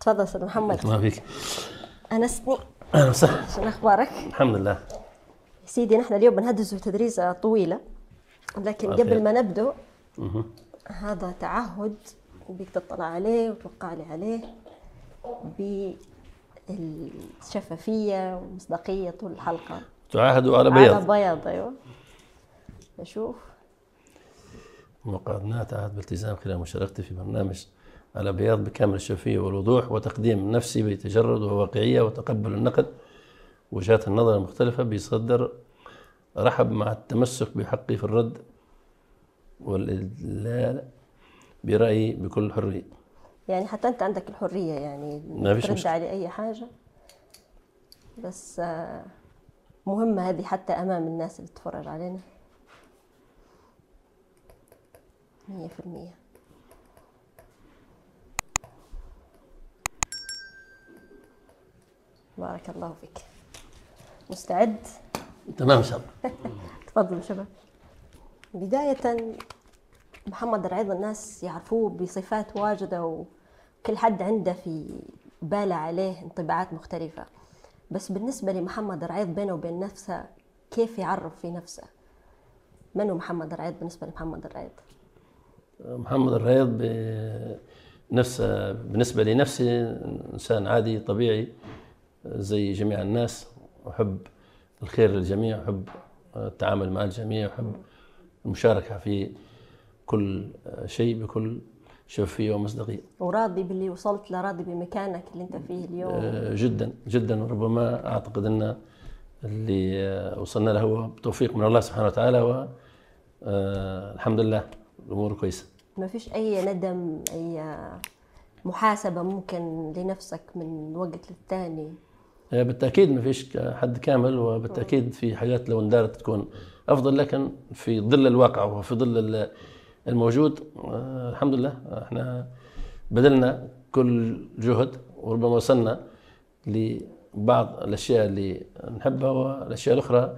تفضل استاذ محمد. ما فيك. انسني. اهلا وسهلا. شنو اخبارك؟ الحمد لله. سيدي نحن اليوم بنهدز تدريسه طويله، لكن قبل ما نبدأ هذا تعهد وبيك تطلع عليه وتوقع لي عليه بالشفافيه ومصداقيه طول الحلقه. تعاهدوا على بياض. على بياض، ايوه. نشوف. وقعدنا تعهد بالتزام خلال مشاركتي في برنامج على بياض بكامل الشفافية والوضوح وتقديم نفسي بتجرد وواقعية وتقبل النقد وجهات النظر المختلفة بصدر رحب مع التمسك بحقي في الرد والإدلال برأيي بكل حرية. يعني حتى أنت عندك الحرية يعني ترد على أي حاجة، بس مهمة هذه حتى أمام الناس اللي تتفرج علينا 100%. بارك الله فيك. مستعد؟ تمام إن شاء الله. تفضلوا شباب. بداية محمد الرعيض الناس يعرفوه بصفات واجدة وكل حد عنده في باله عليه انطباعات مختلفة، بس بالنسبة لمحمد الرعيض بينه وبين نفسه كيف يعرف في نفسه؟ من هو محمد الرعيض بالنسبة لمحمد الرعيض؟ محمد الرعيض بالنسبة لنفسي إنسان عادي طبيعي زي جميع الناس، أحب الخير للجميع، أحب التعامل مع الجميع، أحب المشاركة في كل شيء بكل شفافية ومصداقية. وراضي باللي وصلت له، راضي بمكانك اللي انت فيه اليوم؟ جدا جدا، وربما أعتقد أن اللي وصلنا له هو بتوفيق من الله سبحانه وتعالى، والحمد لله الأمور كويسة. ما فيش أي ندم، أي محاسبة ممكن لنفسك من وقت للتاني؟ بالتأكيد ما فيش حد كامل، وبالتأكيد في حاجات لو اندارت تكون أفضل، لكن في ظل الواقع وفي ظل الموجود الحمد لله احنا بذلنا كل جهد، وربما وصلنا لبعض الأشياء اللي نحبها، والأشياء الأخرى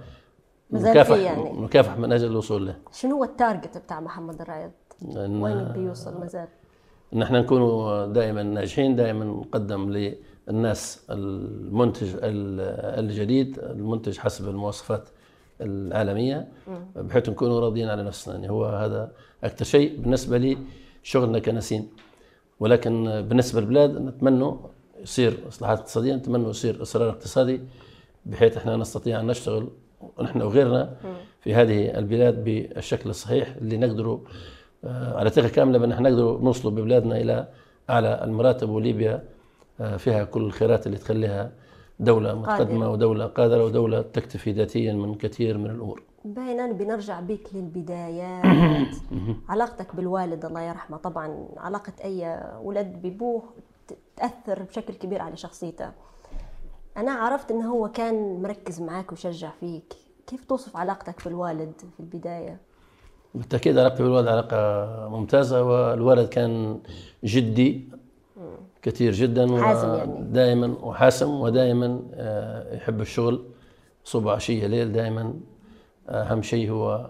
نكافح من أجل الوصول له. شنو هو التارجت بتاع محمد الرعيض؟ وين بيوصل مازال؟ ان احنا نكون دائما ناجحين، دائما نقدم للناس المنتج الجديد، المنتج حسب المواصفات العالمية، بحيث نكونوا راضيين على نفسنا. يعني هو هذا أكثر شيء بالنسبة لي شغلنا كنسين. ولكن بالنسبة للبلاد نتمنى يصير إصلاحات اقتصادية، نتمنى يصير إصرار اقتصادي بحيث احنا نستطيع أن نشتغل نحن وغيرنا في هذه البلاد بالشكل الصحيح اللي نقدروا على ثقة كاملة بأن احنا نقدر نوصل ببلادنا إلى أعلى المراتب، وليبيا فيها كل الخيرات اللي تخليها دولة متقدمة ودولة قادرة ودولة تكتفي ذاتيا من كثير من الأمور. باينا بنرجع بيك للبدايات. علاقتك بالوالد الله يرحمه، طبعا علاقة أي ولد بأبوه تأثر بشكل كبير على شخصيته. أنا عرفت إنه هو كان مركز معاك وشجع فيك، كيف توصف علاقتك بالوالد في البداية؟ بالتأكيد علاقتي بالوالد علاقة ممتازة، والوالد كان جدي كثير جدا، حازم يعني. دائما وحاسم، ودائما يحب الشغل صبح عشية ليل، دائما أهم شيء هو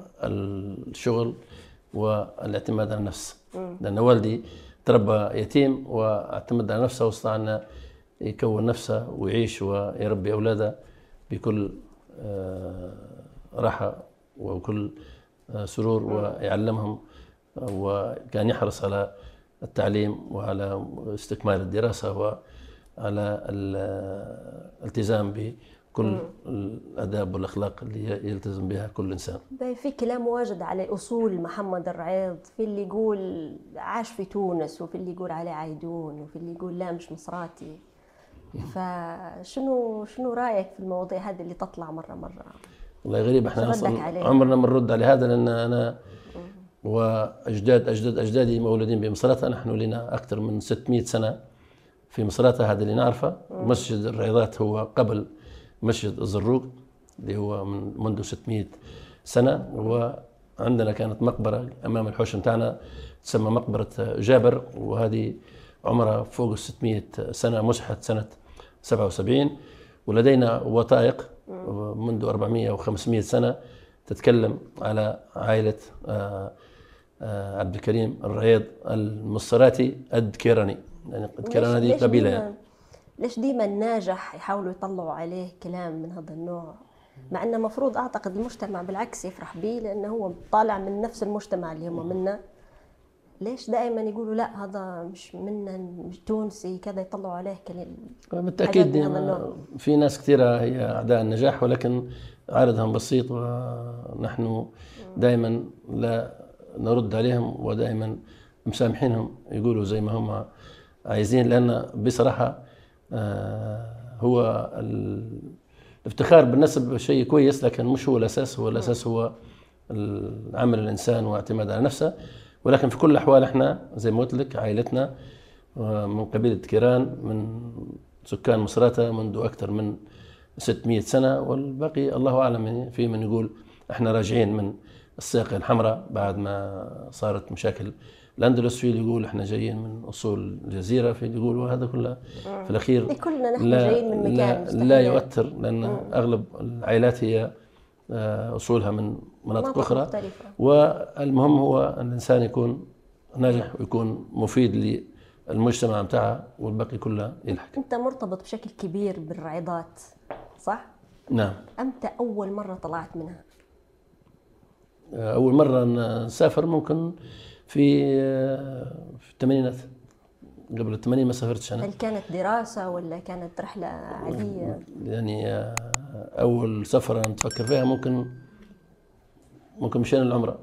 الشغل والاعتماد على النفس. لأن والدي تربى يتيم واعتمد على نفسه، واستطاع أن يكون نفسه ويعيش ويربي أولاده بكل راحة وكل سرور، ويعلمهم، وكان يحرص على التعليم وعلى استكمال الدراسة وعلى الالتزام بكل الآداب والأخلاق اللي يلتزم بها كل إنسان. في كلام واجد على أصول محمد الرعيض، في اللي يقول عاش في تونس، وفي اللي يقول عليه عايدون، وفي اللي يقول لا مش مصراتي. فشنو رأيك في المواضيع هذه اللي تطلع مرة؟ والله غريب، احنا عمرنا ما نرد على هذا، لأن أنا وأجدادي مولودين بمصراتة. نحن لنا أكثر من 600 سنة في مصراتة، هذا اللي نعرفه. مسجد الرعيضات هو قبل مسجد الزروق اللي هو منذ 600 سنة، وعندنا كانت مقبرة أمام الحوش متاعنا تسمى مقبرة جابر، وهذه عمرها فوق 600 سنة، مسحت سنة 77. ولدينا وثائق منذ 400 و500 سنة تتكلم على عائلة عبد الكريم الرعيض المصراتي الدكيراني. يعني التكرار هذه قبيلة يعني. ليش ديما الناجح يحاولوا يطلعوا عليه كلام من هذا النوع، مع انه مفروض اعتقد المجتمع بالعكس يفرح به لانه هو طالع من نفس المجتمع اللي هم منه. ليش دائما يقولوا لا هذا مش منا، مش تونسي كذا، يطلعوا عليه كلام؟ بالتأكيد في ناس كثيرة هي أعداء النجاح، ولكن عرضهم بسيط، ونحن دائما لا نرد عليهم، ودائما مسامحينهم يقولوا زي ما هم عايزين. لأن بصراحة هو الافتخار بالنسب شيء كويس، لكن مش هو الأساس. هو الأساس هو عمل الإنسان واعتماد على نفسه. ولكن في كل الأحوال احنا زي ما قلت لك عائلتنا من قبيلة كيران، من سكان مصراتة منذ أكثر من 600 سنة، والباقي الله أعلم. يعني في من يقول احنا راجعين من الساقية الحمراء بعد ما صارت مشاكل الأندلس، في اللي يقول احنا جايين من أصول الجزيرة، في اللي يقولوا هذا كله في الأخير كلنا نحن جايين من مكان لا يؤثر، لأن أغلب العائلات هي أصولها من مناطق أخرى مختلفة. والمهم هو أن الإنسان يكون ناجح ويكون مفيد للمجتمع متاعه، والباقي كله يلحق. أنت مرتبط بشكل كبير بالرعيضات صح؟ نعم. أمتى أول مرة طلعت منها؟ أول مرة نسافر ممكن في الثمانينات، قبل ال80 ما سافرتش أنا. هل كانت دراسة ولا كانت رحلة عادية؟ يعني أول سفرة نتفكر فيها ممكن مشينا العمرة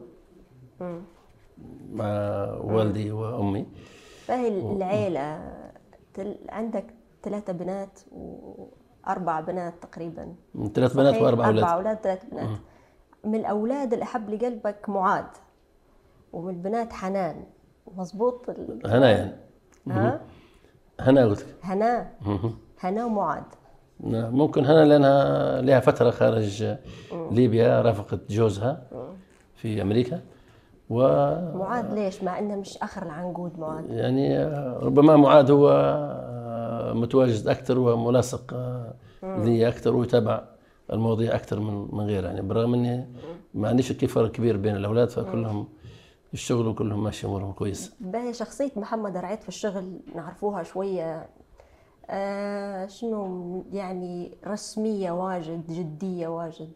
مع والدي وأمي. فهي العيلة عندك 3 بنات و4 بنات تقريبا؟ 3 بنات و4 أولاد. 4 أولاد 3 بنات. من الأولاد الأحب لقلبك معاذ، ومن البنات حنان، مظبوط؟ هنا يعني هنا قلت لك هنا ومعاذ. ممكن هنا لأنها لها فترة خارج ليبيا، رافقت جوزها في أمريكا. معاذ ليش مع أنه مش آخر العنقود معاذ؟ يعني ربما معاذ هو متواجد أكثر وملاصق لي أكثر، ويتابع المواضيع أكثر من غيره. يعني برغم أني ما عنديش كيف فرق كبير بين الأولاد، فكلهم الشغل وكلهم ماشي أمورهم كويس. باهي شخصية محمد رعيض في الشغل نعرفوها شوية، شنو يعني؟ رسمية واجد، جدية واجد.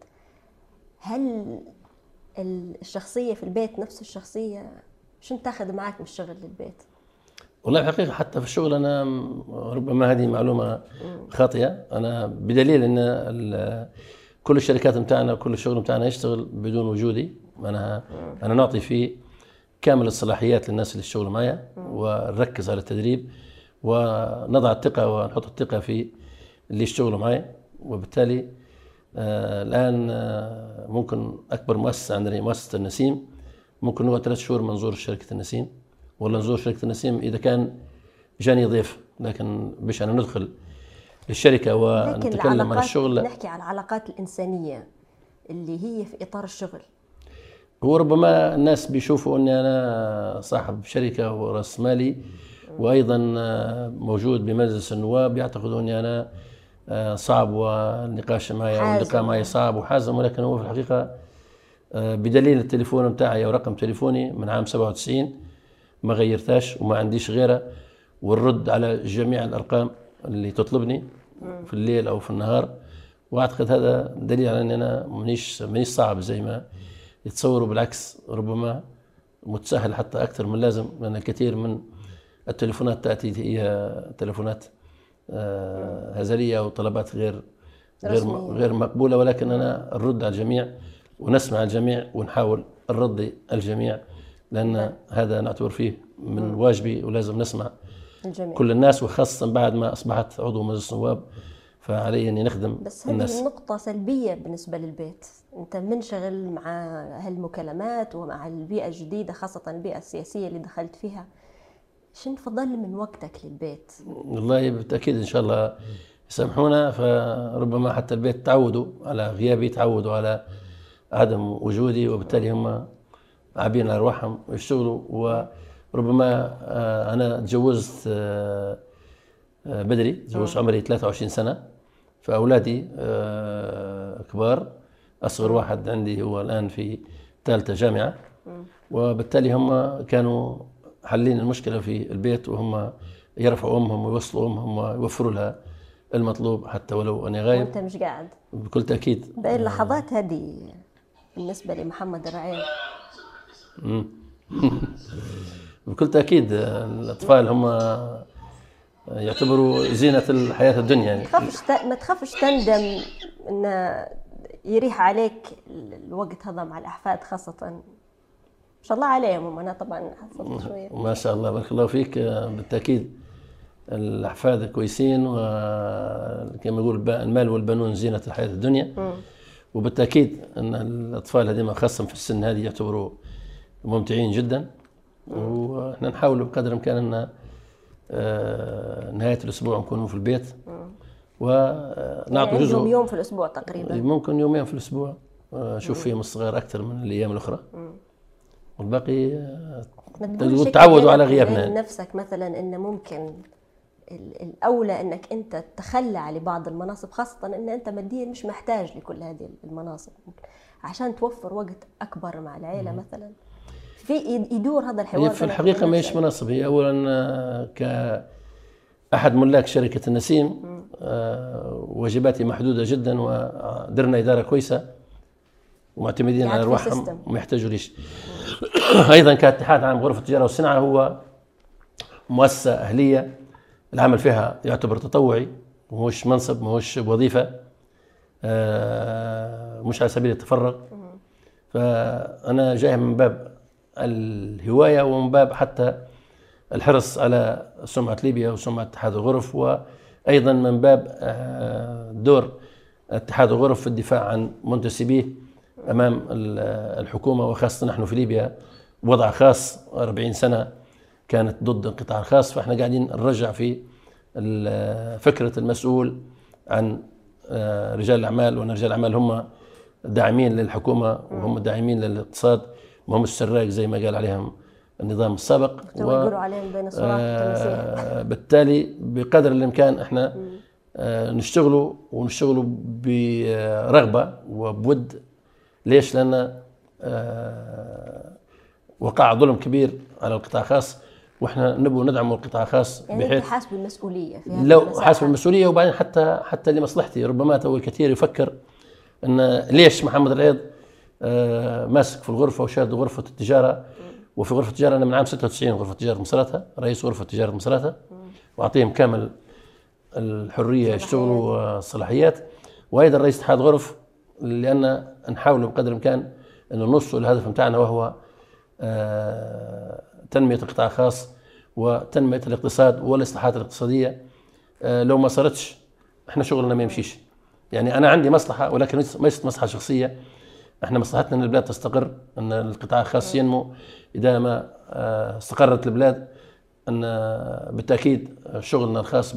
هل الشخصية في البيت نفس الشخصية؟ شنو تاخذ معك من الشغل للبيت؟ والله الحقيقة حتى في الشغل أنا ربما هذه معلومة خاطئة، أنا بدليل أن كل الشركات متاعنا كل الشغل متاعنا يشتغل بدون وجودي. أنا نعطي فيه كامل الصلاحيات للناس اللي يشتغلوا معايا، ونركز على التدريب، ونضع الثقة ونحط الثقة في اللي يشتغلوا معايا. وبالتالي الآن ممكن أكبر مؤسسة عندنا مؤسسة النسيم، ممكن هو 3 شهور منظور شركة النسيم، ولا نزور شركة النسيم إذا كان جاني ضيف، لكن باش أنا ندخل للشركة ونتكلم عن الشغل. نحكي على العلاقات الإنسانية اللي هي في إطار الشغل. هو ربما الناس بيشوفوا أني أنا صاحب شركة ورأس مالي، وأيضا موجود بمجلس النواب، يعتقدون أني أنا صعب، والنقاش معي أو اللقاء معي صعب وحازم. ولكن هو في الحقيقة بدليل التليفون متاعي أو رقم تليفوني من عام 97 ما غيرتاش وما عنديش غيره، والرد على جميع الأرقام اللي تطلبني في الليل أو في النهار. وأعتقد هذا دليل على أن أنا مانيش صعب زي ما يتصوروا. بالعكس ربما متسهل حتى أكثر من لازم، لأن الكثير من التليفونات تأتي هي تليفونات هزلية أو طلبات غير مقبولة. ولكن أنا الرد على الجميع ونسمع الجميع ونحاول الرد الجميع، لأن هذا نعتبر فيه من واجبي، ولازم نسمع الجميع. كل الناس، وخاصة بعد ما أصبحت عضو مجلس النواب فعلي أني نخدم بس الناس. هذه النقطة سلبية بالنسبة للبيت، أنت منشغل مع هالمكالمات ومع البيئة الجديدة، خاصة البيئة السياسية اللي دخلت فيها. شن فضل من وقتك للبيت؟ والله بالتأكيد إن شاء الله يسامحونا، فربما حتى البيت تعودوا على غيابي، تعودوا على عدم وجودي، وبالتالي هم عابين على أرواحهم ويشتغلوا. وربما أنا تجوزت بدري، تجوزت عمري 23 سنة، فأولادي كبار. أصغر واحد عندي هو الآن في 3 جامعة، وبالتالي هم كانوا حلين المشكلة في البيت، وهم يرفعوا امهم ويوصلوا امهم ويوفروا لها المطلوب حتى ولو اني غايب. وانت مش قاعد. بكل تاكيد. باقي اللحظات هذه بالنسبه لمحمد الرعيل. بكل تاكيد الاطفال هم يعتبروا زينه الحياه الدنيا يعني. ما تخافش تندم ان يريح عليك الوقت هذا مع الاحفاد خاصه، ما شاء الله عليهم. انا طبعا حصلت شويه ما شاء الله بارك الله فيك. بالتاكيد الاحفاد كويسين، وكما يقول المال والبنون زينه الحياه الدنيا. وبالتاكيد ان الاطفال هذين خاصه في السن هذه يعتبروا ممتعين جدا. واحنا نحاول بقدر الامكان ان نهايه الاسبوع نكونوا في البيت ونعطي يعني جزء. يوم في الاسبوع تقريبا، ممكن يومين في الاسبوع نشوف فيهم الصغار اكثر من الايام الاخرى. والباقي تعودوا على غيابنا. نفسك مثلا ان ممكن الاولى انك انت تتخلى على بعض المناصب، خاصه ان انت ماديا مش محتاج لكل هذه المناصب، عشان توفر وقت اكبر مع العائله مثلا. في يدور هذا الحوار. هي في الحقيقه ما هيش مناصب، هي اولا كاحد ملاك شركه النسيم واجباتي محدوده جدا، ودرنا اداره كويسه ومعتمدين يعني على ارواحهم وما يحتاجوا ليش. ايضا كاتحاد عام غرف التجاره والصناعه هو مؤسسه اهليه، العمل فيها يعتبر تطوعي، مش منصب، مش وظيفه، مش على سبيل التفرغ. فانا جاي من باب الهوايه ومن باب حتى الحرص على سمعه ليبيا وسمعه اتحاد الغرف، وايضا من باب دور اتحاد الغرف في الدفاع عن منتسبيه امام الحكومه، وخاصه نحن في ليبيا وضع خاص 40 سنه كانت ضد القطاع الخاص. فاحنا قاعدين نرجع في فكره المسؤول عن رجال الاعمال، وان رجال الاعمال هم داعمين للحكومه وهم داعمين للاقتصاد، ما هم السراق زي ما قال عليهم النظام السابق. يقولوا عليهم بين الصراط بالتالي بقدر الامكان احنا نشتغلوا برغبه وبود. ليش؟ لان وقع ظلم كبير على القطاع الخاص، واحنا نبغى ندعم القطاع الخاص. يعني بحيث حاسب المسؤوليه في هذه لو حاسب المسؤوليه، وبعدين حتى لمصلحتي. ربما تو الكثير يفكر ان ليش محمد العيض ماسك في الغرفه وشاهد غرفه التجاره. وفي غرفه التجاره انا من عام 96 غرفه تجاره مصراتة، رئيس غرفه تجاره مصراتة، واعطيهم كامل الحريه يشتغلوا الصلاحيات. وايضا رئيس اتحاد غرف، لان نحاول بقدر الامكان ان نوصل الهدف بتاعنا، وهو تنميه القطاع الخاص وتنميه الاقتصاد والاصلاحات الاقتصاديه. لو ما صارتش احنا شغلنا ما يمشيش. يعني انا عندي مصلحه، ولكن ليست مصلحه شخصيه. احنا مصلحتنا ان البلاد تستقر، ان القطاع الخاص ينمو. اذا ما استقرت البلاد ان بالتاكيد شغلنا الخاص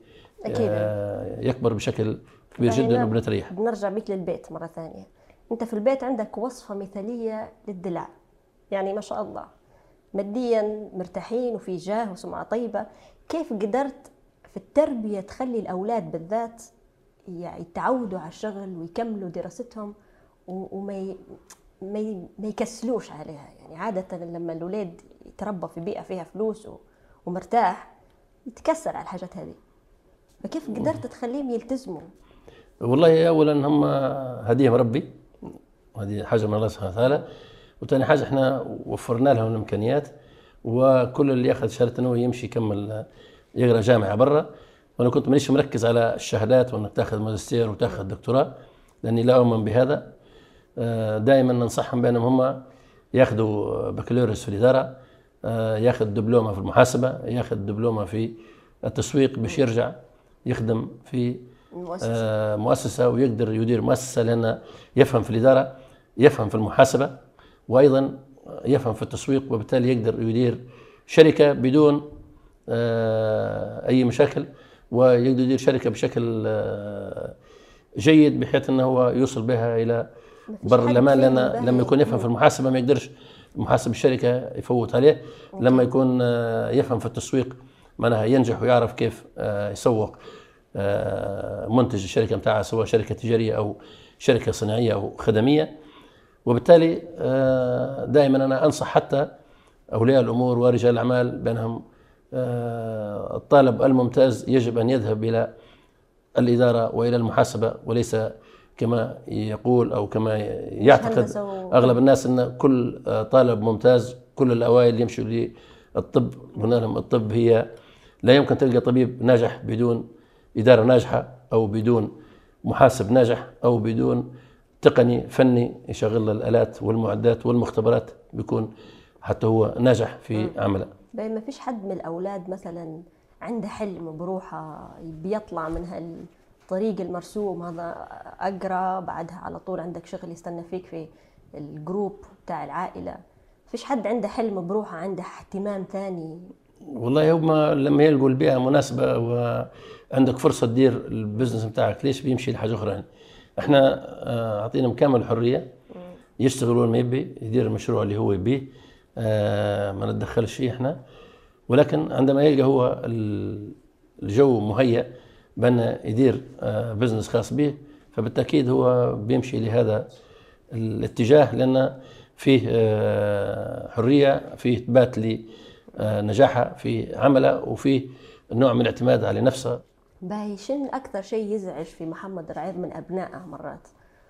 يكبر بشكل كبير جدا وبنتريح. بنرجع بيك للبيت مره ثانيه. انت في البيت عندك وصفه مثاليه للدلع، يعني ما شاء الله ماديا مرتاحين وفي جاه وسمعه طيبه. كيف قدرت في التربيه تخلي الاولاد بالذات يعني يتعودوا على الشغل ويكملوا دراستهم وما يكسلوش عليها؟ يعني عادة لما الأولاد يتربى في بيئة فيها فلوس ومرتاح يتكسر على الحاجات هذه، فكيف قدرت تخليهم يلتزموا؟ والله أولا هم هديهم ربي، وهذه حاجة من الله سبحانه وتعالى. وثاني حاجة احنا وفرنا لهم الإمكانيات، وكل اللي ياخذ شهادة أنه يمشي يكمل يقرأ جامعة برا. وأنا كنت مانيش مركز على الشهادات وأنك تاخذ ماجستير وتاخذ دكتوراه، لأني لا أؤمن بهذا. دائما ننصحهم بأنهم هم ياخذوا بكالوريوس في الإدارة، ياخذ دبلومة في المحاسبة، ياخذ دبلومة في التسويق، باش يرجع يخدم في مؤسسة ويقدر يدير مؤسسة، لأن يفهم في الإدارة، يفهم في المحاسبة، وأيضا يفهم في التسويق، وبالتالي يقدر يدير شركة بدون أي مشاكل، ويقدر يدير شركة بشكل جيد بحيث أنه هو يوصل بها إلى بر الأمان. لأن لما يكون يفهم في المحاسبة ما يقدرش محاسب الشركة يفوت عليه. لما يكون يفهم في التسويق معناها ينجح ويعرف كيف يسوق منتج الشركة متاعها، سواء شركة تجارية أو شركة صناعية أو خدمية. وبالتالي دائما أنا أنصح حتى أولياء الأمور ورجال الأعمال بأنهم الطالب الممتاز يجب أن يذهب إلى الإدارة وإلى المحاسبة، وليس كما يقول أو كما يعتقد أغلب الناس أن كل طالب ممتاز كل الأوائل يمشوا للطب. قلنا لهم الطب هي لا يمكن تلقى طبيب ناجح بدون إدارة ناجحة، أو بدون محاسب ناجح، أو بدون تقني فني يشغل الآلات والمعدات والمختبرات بيكون حتى هو ناجح في عمله. ما فيش حد من الأولاد مثلا عنده حلم بروحه بيطلع من هالطريق المرسوم هذا، أقرأ بعدها على طول عندك شغل يستنى فيك في الجروب بتاع العائلة؟ فيش حد عنده حلم بروحه، عنده اهتمام ثاني؟ والله هم لما يلقوا البيئة مناسبة وعندك فرصة تدير البزنس بتاعك، ليش بيمشي لحاجة أخرى يعني؟ احنا أعطينا كامل الحرية، يشتغل وين ما يبي، يدير المشروع اللي هو يبيه، ما نتدخلش فيه احنا. ولكن عندما يلقى هو الجو مهيأ بأن يدير بزنس خاص به، فبالتأكيد هو بيمشي لهذا الاتجاه، لأن فيه حرية، فيه إثبات لنجاحه في عمله، وفيه نوع من الاعتماد على نفسه. باهي، شن أكثر شيء يزعج في محمد الرعيض من أبنائه مرات؟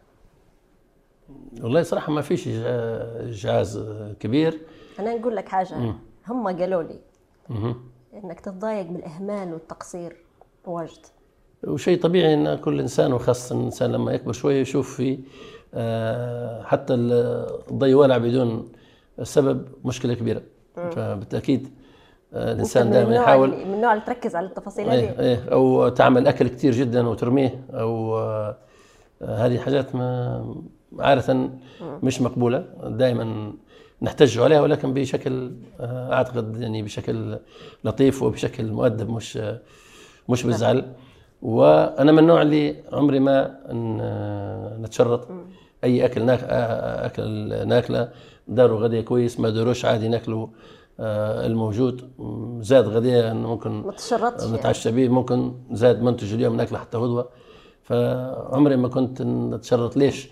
والله صراحة ما فيش إجعاز كبير. أنا نقول لك حاجة، هم قالوا لي إنك تتضايق من الإهمال والتقصير واجد، وشيء طبيعي ان كل انسان، وخاصه الانسان لما يكبر شويه يشوف في حتى الضي ولع بدون سبب مشكله كبيره. فبالتاكيد الانسان دائما يحاول من النوع اللي تركز على التفاصيل هذه. او تعمل اكل كثير جدا وترميه، او هذه حاجات عاده مش مقبوله، دائما نحتج عليها، ولكن بشكل اعتقد يعني بشكل لطيف وبشكل مؤدب، مش بالزعل. وانا من النوع اللي عمري ما نتشرط اي اكل ناكله داروا غديه كويس، ما داروش عادي ناكله الموجود. زاد غديه ممكن ما تشرطش نتعشى به، ممكن زاد منتج اليوم ناكله حتى غدوه. فعمري ما كنت نتشرط ليش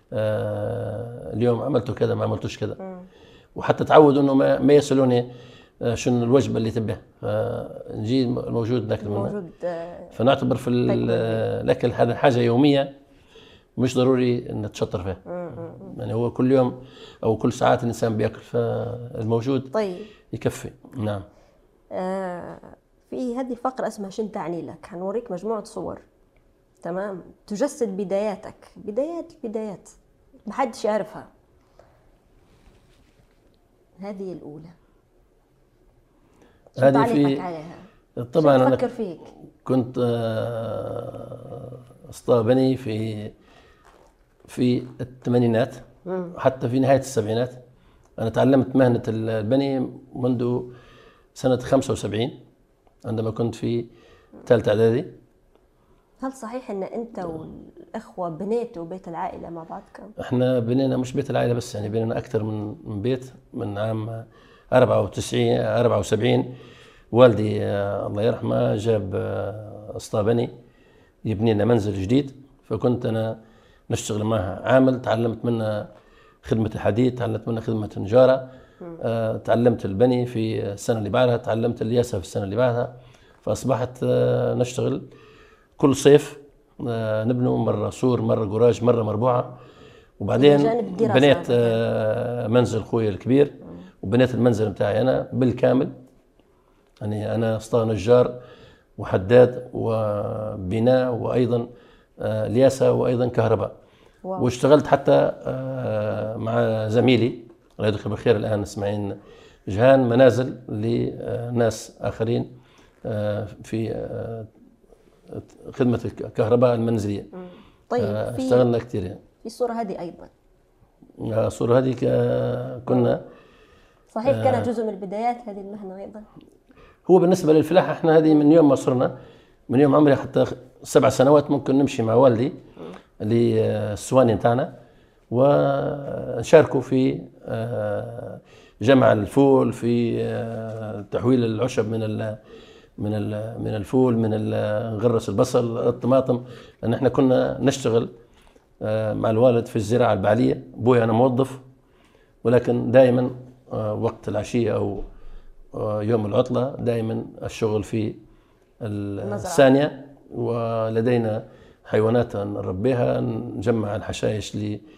اليوم عملته كذا ما عملتوش كذا. وحتى تعودوا انه ما يسالوني شنو الوجبه اللي تبه، نجي الموجود ناكل منه. فنعتبر في الاكل هذا حاجه يوميه، مش ضروري نتشطر فيها. يعني هو كل يوم او كل ساعات الانسان بياكل، فالموجود طيب يكفي. نعم. في هذه الفقره اسمها شن تعني لك، حنوريك مجموعه صور تمام تجسد بداياتك، البدايات محدش يعرفها. هذه الاولى، هذه في عليها. طبعا انا أفكر فيك. كنت اسطى في الثمانينات، حتى في نهايه السبعينات. انا تعلمت مهنه البني منذ سنه 75 عندما كنت في ثالثه اعدادي. هل صحيح ان انت والاخوه بنيتوا بيت العائله مع بعضكم؟ احنا بنينا مش بيت العائله بس، يعني بنينا اكثر من بيت. من عام 74 والدي الله يرحمه جاب اسطى بني يبني لنا منزل جديد، فكنت انا نشتغل معها عامل. تعلمت منها خدمه الحديد، تعلمت منها خدمه النجاره، تعلمت البني في السنه اللي بعدها، تعلمت الياسه في السنه اللي بعدها. فاصبحت نشتغل كل صيف، نبنوا مره سور، مره جراج، مره مربوعه. وبعدين بنيت منزل خوي الكبير، وبنيت المنزل بتاعي انا بالكامل. يعني انا اسطى نجار وحداد وبناء وايضا لياسه وايضا كهرباء. واشتغلت حتى مع زميلي الله يذكره بالخير الان اسماعيل جهان، منازل لناس اخرين في خدمه الكهرباء المنزليه. طيب اشتغلنا كثير يعني. في الصوره هذه ايضا، الصوره هذه كنا صحيح كانت جزء من البدايات هذه المهنه ايضا. هو بالنسبه للفلاحه احنا هذه من يوم ما صرنا، من يوم عمري حتى 7 سنوات ممكن نمشي مع والدي للسواني بتاعنا ونشاركوا في جمع الفول، في تحويل العشب من الفول، من نغرس البصل، الطماطم. لان احنا كنا نشتغل مع الوالد في الزراعه البعليه. ابوي انا موظف، ولكن دائما وقت العشيه او يوم العطلة دائما الشغل في الثانية، ولدينا حيوانات نربيها، نجمع الحشائش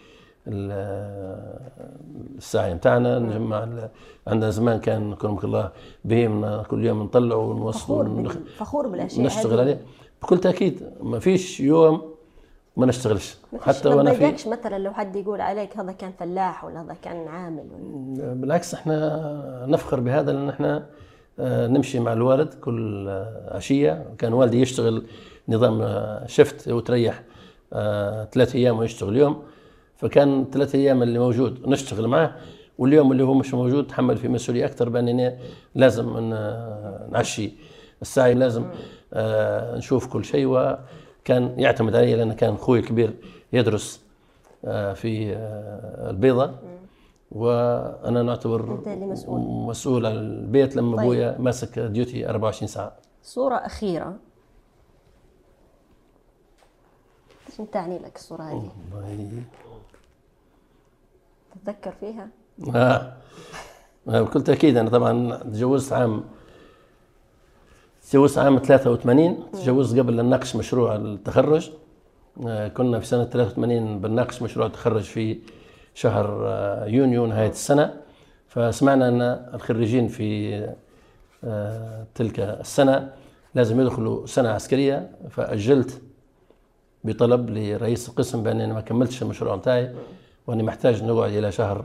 الساعي متاعنا، نجمع عندنا زمان كان كرمك الله بهيمنا كل يوم نطلع ونوصل فخور بالاشياء نشتغل عليه بكل تاكيد. ما فيش يوم ما نشتغلش. حتى وانا في مثلا لو حد يقول عليك هذا كان فلاح ولا هذا كان عامل بالعكس احنا نفخر بهذا، لان احنا نمشي مع الوالد كل عشيه. كان والدي يشتغل نظام شفت وتريح 3 أيام ويشتغل يوم، فكان 3 أيام اللي موجود نشتغل معه، واليوم اللي هو مش موجود تحمل في مسؤولية أكثر، بأننا لازم نعشي الساعي، لازم نشوف كل شيء. وكان يعتمد علي لأن كان أخوي الكبير يدرس في البيضة، وأنا نعتبر مسؤول عن البيت لما طيب. أبويا ماسك ديوتي 24 ساعة. صورة أخيرة شو تعني لك الصورة هذه؟ تتذكر فيها؟ بكل تأكيد. أنا طبعا تجوزت عام 83. تجوزت قبل أن نناقش مشروع التخرج. كنا في سنة 83 بنناقش مشروع التخرج في شهر يونيو نهاية السنة، فسمعنا أن الخريجين في تلك السنة لازم يدخلوا سنة عسكرية، فأجلت بطلب لرئيس القسم بأني أنا ما كملتش المشروع متاعي، وأني محتاج نقعد إلى شهر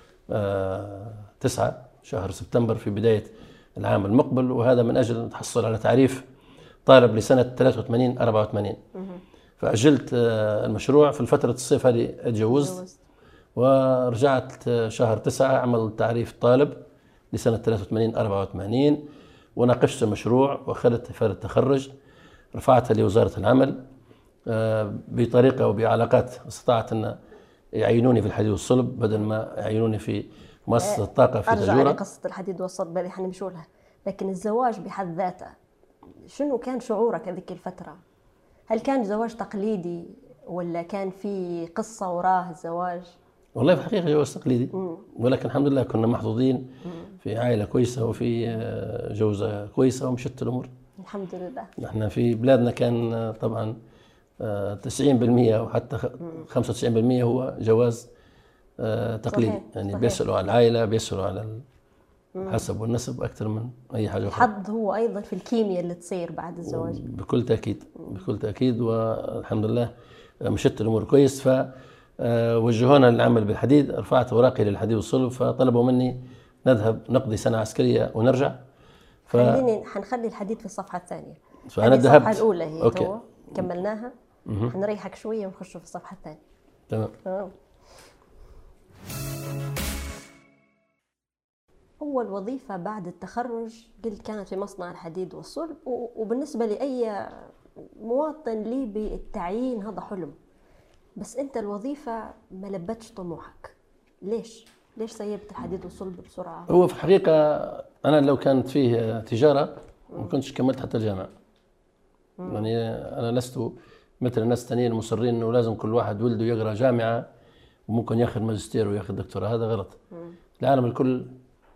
9 شهر سبتمبر في بداية العام المقبل، وهذا من أجل نتحصل على تعريف طالب لسنة 83 84. فأجلت المشروع. في فترة الصيف هذه اتجوزت ورجعت شهر 9 أعمل تعريف طالب لسنة 83 84، وناقشت المشروع وأخذت إفادة التخرج، رفعتها لوزارة العمل بطريقة وبعلاقات استطاعت أن يعينوني في الحديد والصلب بدل ما يعينوني في مؤسسة الطاقة في تجورة. أرجع لقصة الحديد والصلب بالي حنمشوا لها، لكن الزواج بحد ذاته شنو كان شعورك هذيك الفترة؟ هل كان زواج تقليدي ولا كان في قصة وراه الزواج؟ والله في الحقيقة جواز تقليدي، ولكن الحمد لله كنا محظوظين في عائلة كويسة وفي جوزة كويسة ومشت الأمور الحمد لله. نحن في بلادنا كان طبعا 90% وحتى 95% هو جواز تقليدي. صحيح. يعني صحيح. بيسألوا على العائلة، بيسألوا على الحسب والنسب أكثر من أي حاجة أخرى. الحظ هو أيضا في الكيمياء اللي تصير بعد الزواج. بكل تأكيد بكل تأكيد. والحمد لله مشت الأمور كويس. فوجهونا للعمل بالحديد، رفعت أوراقي للحديد والصلب، فطلبوا مني نذهب نقضي سنة عسكرية ونرجع. حنخلي الحديد في الصفحة الثانية. فأنا ذهبت. الصفحة الأولى هي أوكي. كملناها. حنريحك شوية ونخش في الصفحة الثانية. تمام. أول وظيفة بعد التخرج قلت كانت في مصنع الحديد والصلب، وبالنسبة لأي مواطن ليبي التعيين هذا حلم، بس أنت الوظيفة ما لبتش طموحك. ليش سيبت الحديد والصلب بسرعة؟ هو في الحقيقة أنا لو كانت فيه تجارة ما كنتش كملت حتى الجامعة. يعني أنا لست مثل الناس الثانيين المصرين إنه لازم كل واحد ولده يقرأ جامعة وممكن ياخذ ماجستير وياخذ دكتوراه. هذا غلط. العالم الكل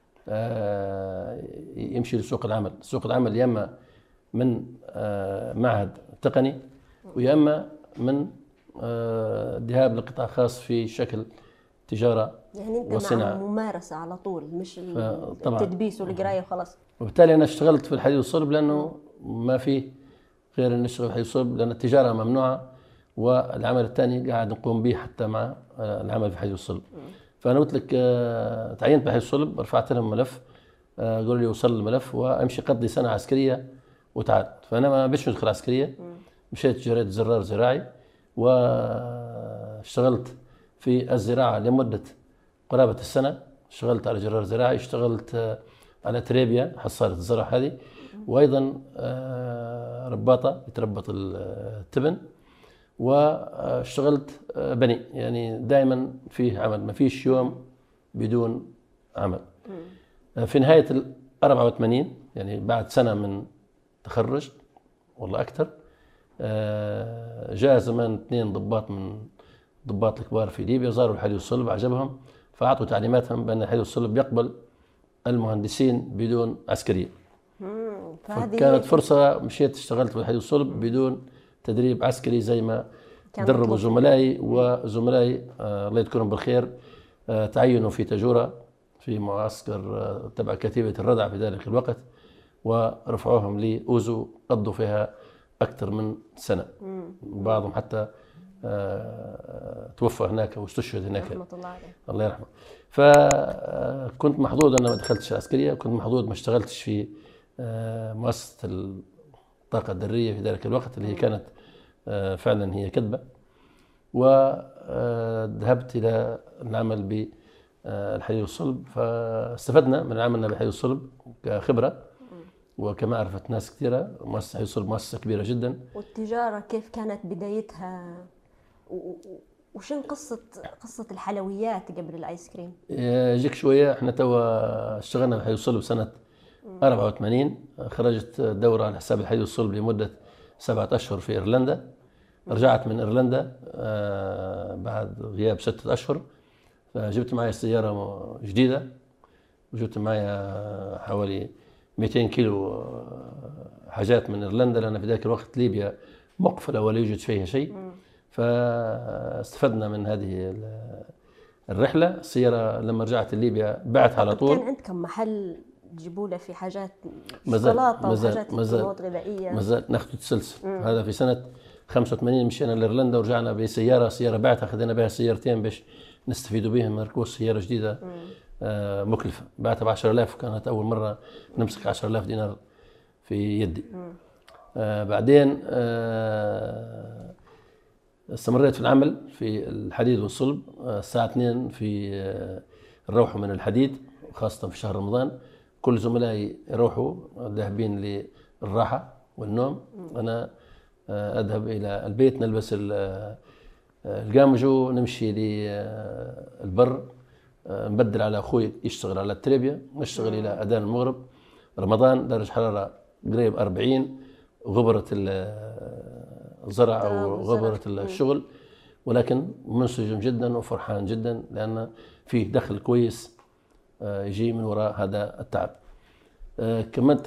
يمشي لسوق العمل. سوق العمل يا اما من معهد تقني ويا اما من ذهاب لقطاع خاص في شكل تجاره يعني انت وصناعه. مع ممارسه على طول، مش التدبيس والقرايه وخلاص. وبالتالي انا اشتغلت في الحديد والصلب لانه ما في غير ان نشتغل في الحديد والصلب، لان التجاره ممنوعه والعمل الثاني قاعد نقوم به حتى مع العمل في الحديد والصلب. فأنا قلت لك تعينت بحديد الصلب، رفعت لهم ملف، قالوا لي وصل الملف وامشي قضي سنة عسكرية وتعال. فأنا ما بيش ندخل عسكرية، مشيت جريت زرار زراعي واشتغلت في الزراعة لمدة قرابة السنة. اشتغلت على جرار زراعي، اشتغلت على تريبيا حصالة الزرع هذه، وأيضا رباطة يتربط التبن، واشتغلت بني. يعني دائما فيه عمل، ما فيش يوم بدون عمل. في نهاية 84 يعني بعد سنة من تخرج والله أكثر، جاء زمان 2 ضباط من ضباط الكبار في ليبيا، زاروا الحديد والصلب عجبهم، فأعطوا تعليماتهم بأن الحديد والصلب يقبل المهندسين بدون عسكريين. فهذه كانت فرصة مشيت اشتغلت في الحديد والصلب بدون تدريب عسكري زي ما دربوا زملائي، وزملائي الله يذكرهم بالخير تعينوا في تجورة في معسكر تبع كتيبة الردع في ذلك الوقت، ورفعوهم لأوزو قضوا فيها أكثر من سنة. بعضهم حتى توفى هناك واستشهد هناك رحمة الله عليه. الله يرحمه. فكنت محظوظ أنا ما دخلتش عسكرية، كنت محظوظ ما اشتغلتش في مؤسسة الطاقة الذرية في ذلك الوقت اللي هي كانت فعلا هي كذبة. وذهبت إلى العمل بالحديد والصلب، فاستفدنا من عملنا بالحديد والصلب كخبرة وكمعرفة ناس كثيرة. مؤسسة الحديد والصلب مؤسسة كبيرة جدا. والتجارة كيف كانت بدايتها؟ وشن قصة الحلويات قبل الآيس كريم؟ يجيك شوية. احنا توا اشتغلنا بالحديد والصلب سنة 84. خرجت دورة على حساب الحديد والصلب لمدة 7 أشهر في إيرلندا. رجعت من إيرلندا بعد غياب 6 أشهر، فجبت معي سيارة جديدة، وجبت معي حوالي 200 كيلو حاجات من إيرلندا، لأن في ذاك الوقت ليبيا مقفلة ولا يوجد فيها شيء. فاستفدنا من هذه الرحلة. السيارة لما رجعت ليبيا بعتها على طول. كان عندكم محل تجيبوا له في حاجات شوكولاتة وحاجات مواد غذائية؟ مازال ناخذ تسلسل. هذا في سنة 85 مشينا لإيرلندا ورجعنا بسيارة بعتها، خذينا بها سيارتين باش نستفيدوا بهم من ركوب سيارة جديدة مكلفة. بعتها ب 10,000، كانت أول مرة نمسك 10,000 دينار في يدي. بعدين استمريت في العمل في الحديد والصلب. الساعة 2 في نروحوا من الحديد، خاصة في شهر رمضان. كل زملائي يروحوا ذاهبين للراحة والنوم، أنا أذهب إلى البيت، نلبس القامجو، نمشي للبر، نبدل على أخوي يشتغل على التربية، نشتغل إلى أذان المغرب. رمضان درجة حرارة قريب 40، غبرة الزرع أو غبرة الشغل، ولكن منسجم جدا وفرحان جدا لأن فيه دخل كويس يجي من وراء هذا التعب. كملت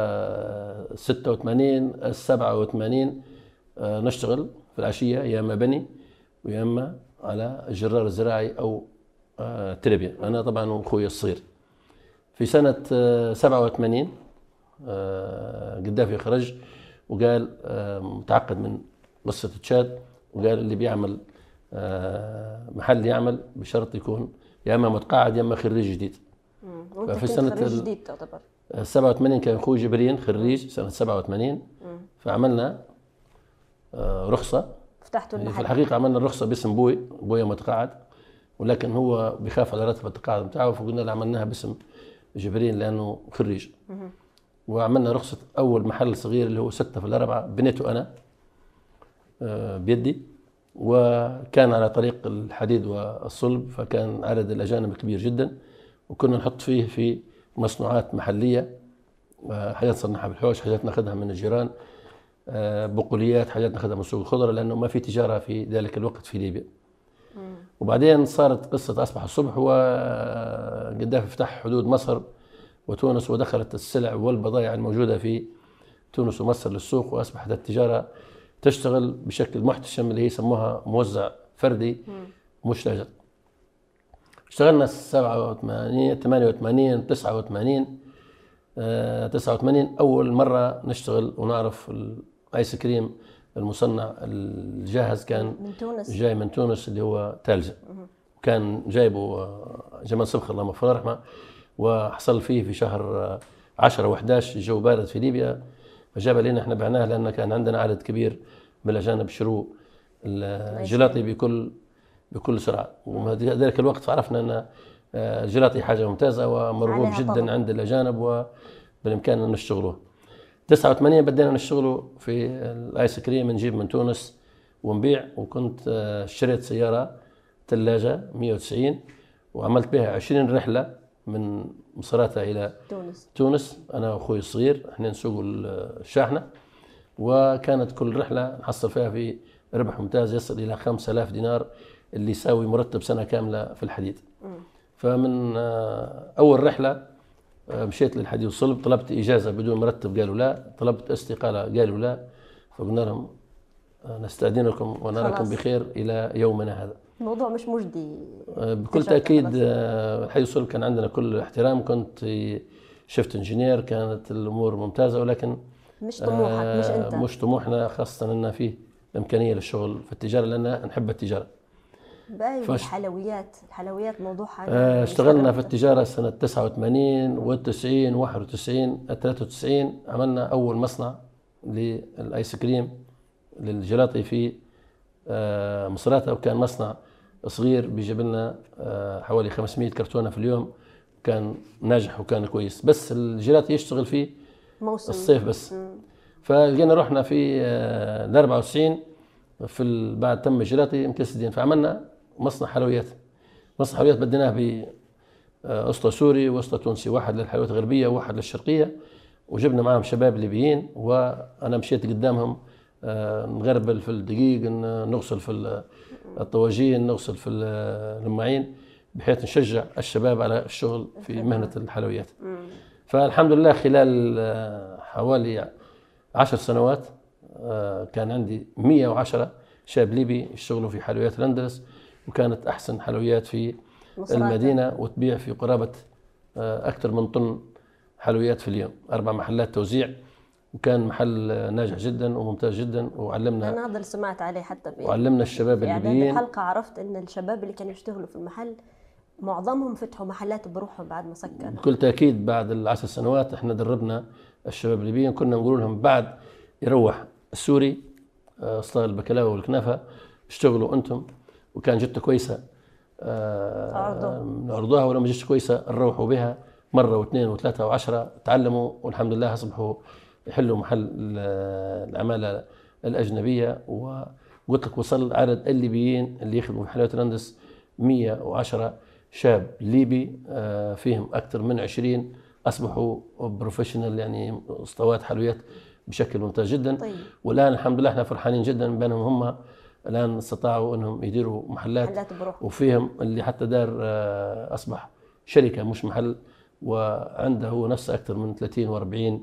86 87 نشتغل في العشية، يا إما بني ويا إما على الجرار الزراعي أو تربية، أنا طبعا وأخوي الصغير. في سنة 87 قدافي خرج وقال متعقد من قصة تشاد، وقال اللي بيعمل محل يعمل بشرط يكون يا اما متقاعد يا اما خريج جديد. ففي سنة خريج جديد تعتبر 87 كان اخوي جبرين خريج سنة 87. فعملنا رخصة، فتحتوا المحل. في الحقيقة عملنا الرخصة باسم بويا متقاعد، ولكن هو بيخاف على راتب التقاعد بتاعه، فقلنا له عملناها باسم جبرين لأنه خريج. وعملنا رخصة أول محل صغير اللي هو 6/4 بنيته أنا بيدي، وكان على طريق الحديد والصلب، فكان عدد الأجانب كبير جدا، وكنا نحط فيه في مصنوعات محلية، حاجات صنعها بالحوش، حاجات ناخذها من الجيران، بقوليات، حاجات ناخذها من سوق الخضرة، لأنه ما في تجارة في ذلك الوقت في ليبيا. وبعدين صارت قصة أصبح الصبح، وقدافي فتح حدود مصر وتونس، ودخلت السلع والبضائع الموجودة في تونس ومصر للسوق، وأصبحت التجارة تشتغل بشكل محتشم اللي هي يسموها موزع فردي مش لاجئ. اشتغلنا 87 88 89 89 أول مرة نشتغل ونعرف الآيس كريم المصنع الجاهز كان من تونس. جاي من تونس اللي هو تالزة، كان جايبه جمال صبخ الله يغفر رحمه، وحصل فيه في شهر 10 و11 الجو بارد في ليبيا، فجاب لنا احنا بعناه لأن كان عندنا عدد كبير من الأجانب شروا الجيلاتي بكل سرعة. وذلك الوقت عرفنا أن الجيلاتي حاجة ممتازة ومرغوب جدا طبعا عند الأجانب، وبالإمكان أن نشتغلوه. 89 بدينا نشتغلوا في الآيس كريم، نجيب من تونس ونبيع. وكنت اشتريت سيارة ثلاجة 190 وعملت بها 20 رحلة من مصراتة إلى تونس أنا وأخوي الصغير، احنا نسوق الشاحنة، وكانت كل رحلة نحصل فيها في ربح ممتاز يصل إلى 5,000 دينار اللي يساوي مرتب سنة كاملة في الحديد. فمن أول رحلة مشيت للحديد والصلب، طلبت إجازة بدون مرتب قالوا لا، طلبت استقالة قالوا لا، فقلنا لهم نستأذنكم ونراكم بخير إلى يومنا هذا. الموضوع مش مجدي بكل تأكيد. الحديد والصلب كان عندنا كل احترام، كنت شفت انجينير، كانت الأمور ممتازة، ولكن مش طموحك، مش أنت، مش طموحنا، خاصة أن فيه إمكانية للشغل في التجارة لأن نحب التجارة. باقي الحلويات موضوعها اشتغلنا في التجارة سنة 89 و90 91 93. عملنا أول مصنع للآيس كريم للجلاطي في مصراتة، وكان مصنع صغير بيجيب لنا حوالي 500 كرتونة في اليوم، كان ناجح وكان كويس، بس الجلاطي يشتغل فيه موسم الصيف بس. فلقينا رحنا في 94 بعد تم الجلاطي متسدين، فعملنا مصنع حلويات. مصنع حلويات بديناه بأسطى سوري وأسطى تونسي، واحد للحلويات الغربية وواحد للشرقية، وجبنا معهم شباب ليبيين، وأنا مشيت قدامهم نغربل في الدقيق، نغسل في الطواجين، نغسل في المعين، بحيث نشجع الشباب على الشغل في مهنة الحلويات. فالحمد لله خلال حوالي 10 سنوات كان عندي 110 شاب ليبي يشتغلوا في حلويات الأندلس، وكانت أحسن حلويات في المدينة، وتبيع في قرابة أكثر من طن حلويات في اليوم، 4 محلات توزيع، وكان محل ناجح جدا وممتاز جدا. وعلمنا، أنا هذا اللي سمعت عليه حتى وعلمنا الشباب الليبيين. في الحلقة عرفت إن الشباب اللي كانوا يشتغلوا في المحل معظمهم فتحوا محلات بروحهم بعد ما سكر. بكل تأكيد بعد ال10 سنوات احنا دربنا الشباب الليبيين، كنا نقول لهم بعد يروح السوري اصطاد البكلاوي والكنافة اشتغلوا انتم، وكان جدته كويسة نعرضوها، ولما جدته كويسة نروحوا بها مرة واثنين وثلاثة وعشرة، تعلموا والحمد لله أصبحوا يحلوا محل العمالة الأجنبية. وقلت لك وصل عدد الليبيين اللي يخدموا في حلويات الأندلس 110 شاب ليبي، فيهم أكثر من 20 أصبحوا بروفيشنال، يعني اسطوات حلويات بشكل ممتاز جدا. طيب. والآن الحمد لله احنا فرحانين جدا بأنهم هم الآن استطاعوا أنهم يديروا محلات بروحهم، وفيهم اللي حتى دار أصبح شركة مش محل، وعنده هو نفسه أكثر من 30 و40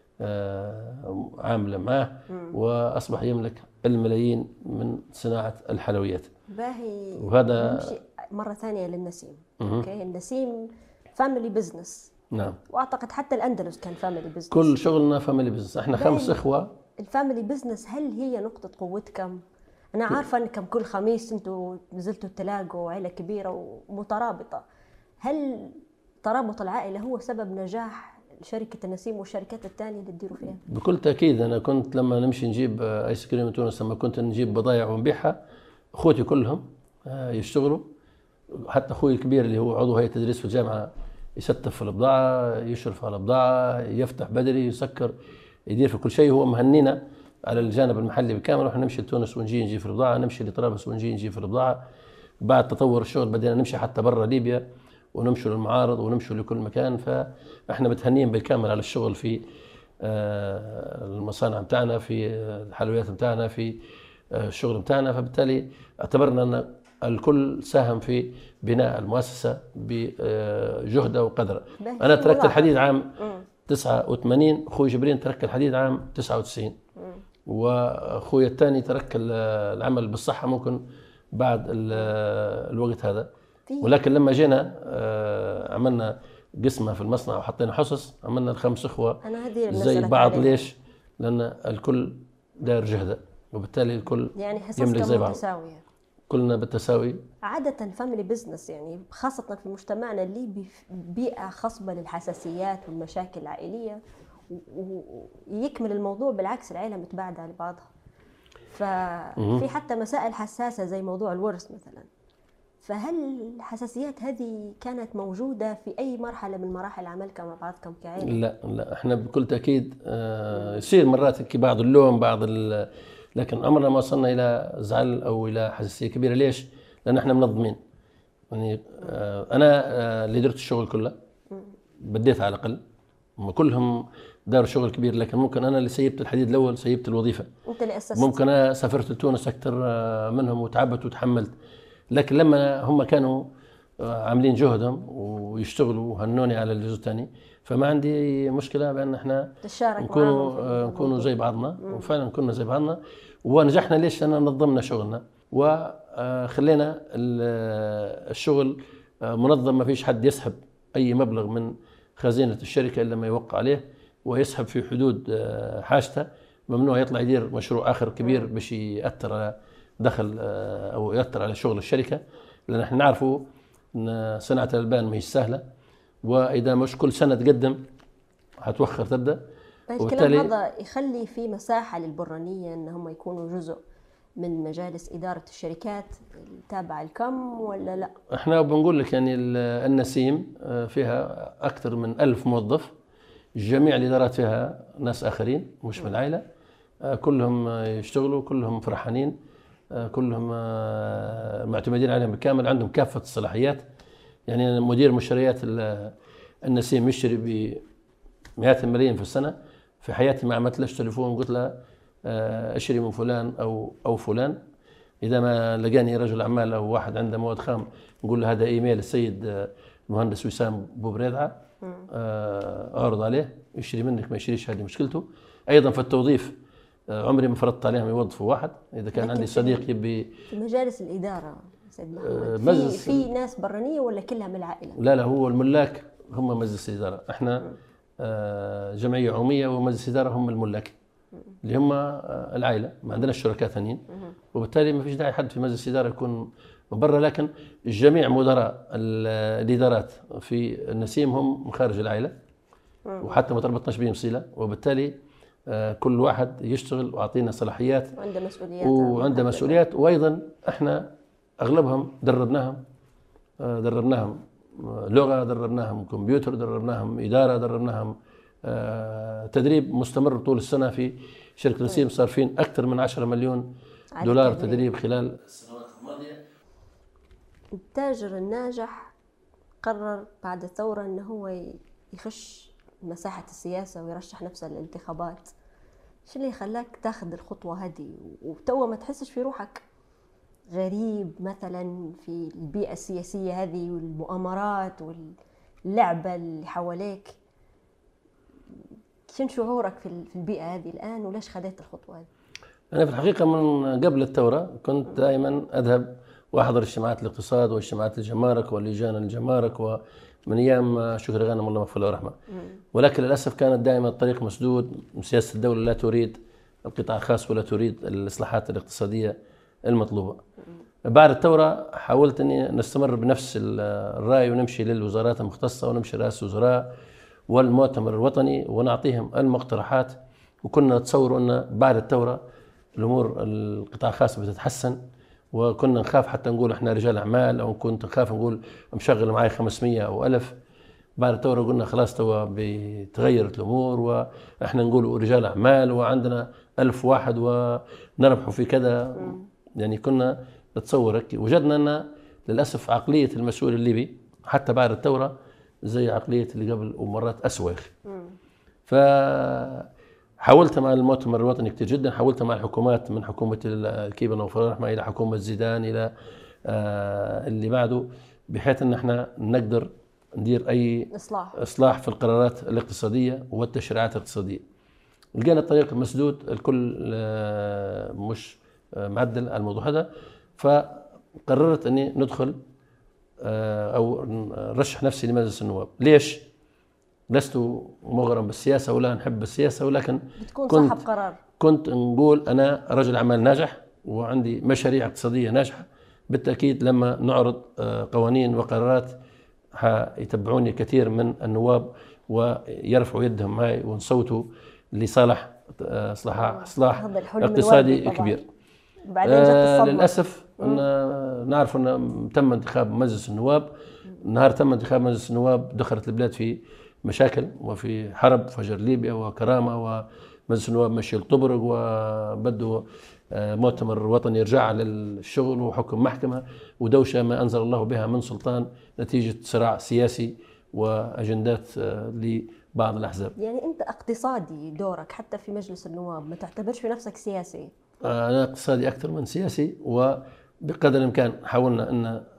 عاملة معه، وأصبح يملك الملايين من صناعة الحلويات. باهي. وهذا مرة ثانية للنسيم. أوكي. النسيم فاميلي بزنس. نعم. وأعتقد حتى الأندلس كان فاميلي بزنس. كل شغلنا فاميلي بزنس، احنا 5 إخوة. الفاميلي بزنس هل هي نقطة قوتكم؟ أنا عارفة أنكم كل خميس أنتوا نزلتوا تلاقوا عائلة كبيرة ومترابطة، هل ترابط العائلة هو سبب نجاح شركة النسيم والشركات الثانية اللي تديروا فيها؟ بكل تأكيد. أنا كنت لما نمشي نجيب آيس كريم من تونس، لما كنت نجيب بضايع ونبيعها، أخوتي كلهم يشتغلوا، حتى أخوي الكبير اللي هو عضو هيئة التدريس في الجامعة يستف في البضاعة، يشرف على البضاعة، يفتح بدري، يسكر، يدير في كل شيء. هو مهنينا على الجانب المحلي بالكامل، واحنا نمشي لتونس ونجي في البضاعة، نمشي لطرابلس ونجي في البضاعة. بعد تطور الشغل بدينا نمشي حتى برا ليبيا، ونمشي للمعارض ونمشي لكل مكان. فاحنا متهنيين بالكامل على الشغل في المصانع بتاعنا، في الحلويات بتاعنا، في الشغل بتاعنا. فبالتالي اعتبرنا ان الكل ساهم في بناء المؤسسة بجهده وقدره. انا تركت الحديد عام 89، اخوي جبرين ترك الحديد عام 99، واخوي الثاني ترك العمل بالصحة ممكن بعد الوقت هذا. ولكن لما جينا عملنا قسمة في المصنع وحطينا حصص، عملنا ال5 إخوة زي بعض. ليش؟ لأن الكل داير جهده، وبالتالي الكل يعني يملك زي بعض، متساوية، كلنا بالتساوي. عادة فاميلي بزنس يعني خاصة في مجتمعنا الليبي بيئة خصبة للحساسيات والمشاكل العائلية، ويكمل الموضوع بالعكس العائلة متباعدة على بعضها، ففي حتى مسائل حساسة زي موضوع الورث مثلا. فهل الحساسيات هذه كانت موجودة في أي مرحلة من مراحل عملكم مع بعضكم كعائلة؟ لا احنا بكل تأكيد يصير مرات بعض اللوم لكن عمرنا ما وصلنا إلى زعل أو إلى حساسية كبيرة. ليش؟ لأن احنا منظمين. يعني أنا اللي درت الشغل كله، بديت على الأقل، هم كلهم داروا شغل كبير، لكن ممكن أنا اللي سيبت الحديد الأول، سيبت الوظيفة. أنت اللي أسست. ممكن أنا سافرت لتونس أكثر منهم وتعبت وتحملت، لكن لما هم كانوا عاملين جهدهم ويشتغلوا وهنوني على الجزء الثاني، فما عندي مشكله بان احنا نكونوا زي بعضنا. وفعلا كنا زي بعضنا ونجحنا. ليش؟ لأننا نظمنا شغلنا وخلينا الشغل منظم، ما فيش حد يسحب أي مبلغ من خزينة الشركة إلا ما يوقع عليه، ويسحب في حدود حاجته. ممنوع يطلع يدير مشروع آخر كبير باش يأثر على دخل أو يأثر على شغل الشركة، لأن احنا نعرفوا أن صناعة الألبان ما هي سهلة، وإذا مش كل سنة تقدم هتوخر تبدأ. الكلام هذا يخلي في مساحة للبرانية أن هم يكونوا جزء من مجالس إدارة الشركات التابعة الكم ولا لا؟ احنا بنقول لك يعني النسيم فيها أكثر من 1000 موظف، جميع الإدارات فيها ناس آخرين مش من العائلة، كلهم يشتغلوا، كلهم فرحانين، كلهم معتمدين عليهم بالكامل، عندهم كافة الصلاحيات. يعني مدير مشتريات النسيم يشتري بمئات الملايين في السنة. في حياتي ما عملت لهش تليفون قلت له اشتري من فلان أو فلان. إذا ما لقاني رجل أعمال أو واحد عنده مواد خام نقول له هذا إيميل السيد المهندس وسام بوبريدعة، أعرض عليه يشتري منك ما يشتريش، هذه مشكلته. أيضا في التوظيف عمري ما فرضت عليهم يوظفوا واحد. إذا كان عندي صديق يبي في مجالس الإدارة سيد محمد في ناس برانية ولا كلها من العائلة؟ لا هو الملاك هم مجلس الإدارة. احنا جمعية عمومية ومجلس الإدارة هم الملاك اللي هم العائلة، ما عندنا شركاء ثانيين، وبالتالي ما فيش داعي حد في مجلس الإدارة يكون من برا. لكن جميع مدراء الإدارات في النسيم هم من خارج العائلة، وحتى ما تربطناش بهم صلة، وبالتالي كل واحد يشتغل وعطينا صلاحيات وعنده مسؤوليات. وأيضا احنا أغلبهم دربناهم لغة، دربناهم كمبيوتر، دربناهم إدارة، دربناهم تدريب مستمر طول السنة. في شركة نسيم صارفين أكثر من 10 مليون دولار تدريب خلال السنوات الماضية. التاجر الناجح قرر بعد الثورة أنه هو يخش مساحة السياسة ويرشح نفسه للانتخابات. شو اللي خلاك تاخذ الخطوة هذه وتوا ما تحسش في روحك غريب مثلا في البيئة السياسية هذه والمؤامرات واللعبة اللي حواليك؟ شنو شعورك في البيئة هذه الآن وليش خذيت الخطوة هذه؟ أنا في الحقيقة من قبل الثورة كنت دائما أذهب وأحضر اجتماعات الاقتصاد واجتماعات الجمارك واللجان الجمارك، ومن أيام شكري غانم الله يغفر له ورحمه. ولكن للأسف كانت دائما الطريق مسدود. سياسة الدولة لا تريد القطاع الخاص ولا تريد الإصلاحات الاقتصادية المطلوبة. بعد الثورة حاولت أني نستمر بنفس الرأي ونمشي للوزارات المختصة ونمشي رئاسة الوزراء والمؤتمر الوطني ونعطيهم المقترحات. وكنا نتصور أن بعد الثورة الأمور القطاع الخاص بتتحسن، وكنا نخاف حتى نقول إحنا رجال أعمال، أو كنت نخاف نقول مشغل معي 500 أو 1000. بعد الثورة قلنا خلاص توا بتغيرت الأمور وإحنا نقول رجال أعمال وعندنا 1000 واحد ونربحوا في كذا. يعني كنا نتصور هيك. وجدنا أن للأسف عقلية المسؤول الليبي حتى بعد الثورة زي عقلية اللي قبل ومرات أسوأ. فحاولت مع المؤتمر الوطني كتير جدا، حاولت مع الحكومات من حكومة الكيبة الله يغفر له ورحمه إلى حكومة زيدان إلى اللي بعده، بحيث أن احنا نقدر ندير أي إصلاح في القرارات الاقتصادية والتشريعات الاقتصادية. لقينا الطريق مسدود، الكل مش معدل على الموضوع هذا. فقررت أني ندخل أو رشح نفسي لمجلس النواب. ليش؟ لست مغرم بالسياسة ولا نحب السياسة، ولكن بتكون صاحب قرار. كنت نقول أنا رجل أعمال ناجح وعندي مشاريع اقتصادية ناجحة. بالتأكيد لما نعرض قوانين وقرارات يتبعوني كثير من النواب ويرفعوا يدهم معي ونصوتوا لصالح إصلاح اقتصادي كبير. بعدين جت الصدمة. للأسف نعرف أن تم انتخاب مجلس النواب. نهار تم انتخاب مجلس النواب دخلت البلاد في مشاكل وفي حرب، فجر ليبيا وكرامة، ومجلس النواب مشي الطبرق وبدوا مؤتمر وطني يرجع للشغل وحكم محكمة ودوشة ما أنزل الله بها من سلطان نتيجة صراع سياسي وأجندات لبعض الأحزاب. يعني أنت اقتصادي دورك حتى في مجلس النواب، ما تعتبرش في نفسك سياسي؟ أنا اقتصادي أكثر من سياسي، وبقدر الإمكان حاولنا أن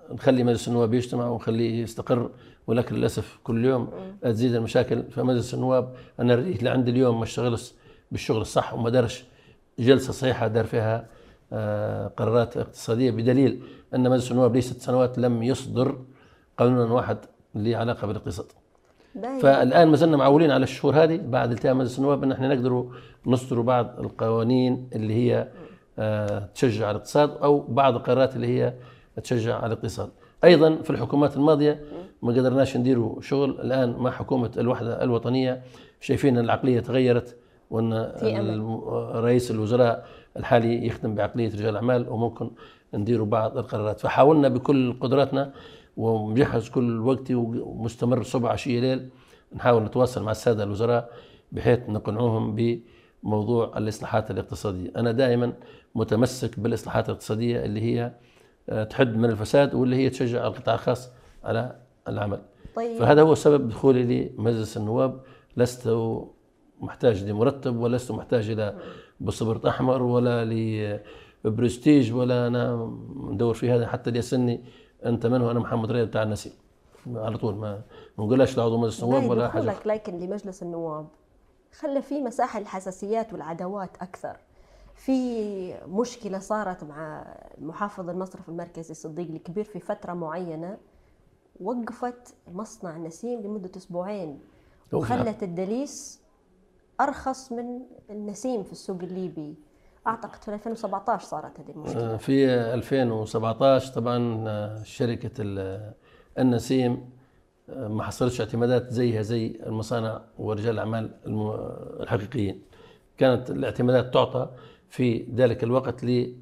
نخلي مجلس النواب يجتمع ونخليه يستقر، ولكن للاسف كل يوم تزيد المشاكل. فمجلس النواب انا رأيت لعند اليوم ما اشتغلش بالشغل الصح وما دارش جلسه صحيحه دار فيها قرارات اقتصاديه، بدليل ان مجلس النواب لي 6 سنوات لم يصدر قانونا واحد له علاقه بالاقتصاد. فالان ما زلنا معولين على الشهور هذه بعد التئام مجلس النواب ان احنا نقدروا نصدروا بعض القوانين اللي هي تشجع على الاقتصاد، او بعض القرارات اللي هي تشجع على الاقتصاد. ايضا في الحكومات الماضيه ما قدرناش نديروا شغل. الان مع حكومه الوحده الوطنيه شايفين ان العقليه تغيرت، وان رئيس الوزراء الحالي يخدم بعقليه رجال الاعمال، وممكن نديروا بعض القرارات. فحاولنا بكل قدراتنا ومجهز كل وقتي ومستمر صبح عشيه ليل نحاول نتواصل مع الساده الوزراء بحيث نقنعوهم بموضوع الاصلاحات الاقتصاديه. انا دائما متمسك بالاصلاحات الاقتصاديه اللي هي تحد من الفساد واللي هي تشجع القطاع الخاص على العمل. طيب. فهذا هو سبب دخولي لمجلس النواب. لست محتاج لمرتب، ولست محتاج الى باسبورت احمر ولا لبرستيج، ولا انا ندور في هذا. حتى اللي يسالني انت من هو، انا محمد رياض بتاع النسيم على طول، ما نقولش لعضو مجلس النواب ولا حاجه. لكن لمجلس النواب خلى في مساحه للحساسيات والعداوات اكثر. في مشكله صارت مع محافظ المصرف المركزي صديق الكبير في فتره معينه، وقفت مصنع نسيم لمده 2 أسبوعين وخلت الدليس ارخص من النسيم في السوق الليبي. اعتقد في 2017 صارت هذه المشكله. في 2017 طبعا شركه النسيم ما حصلتش اعتمادات زيها زي المصانع ورجال الاعمال الحقيقيين. كانت الاعتمادات تعطى في ذلك الوقت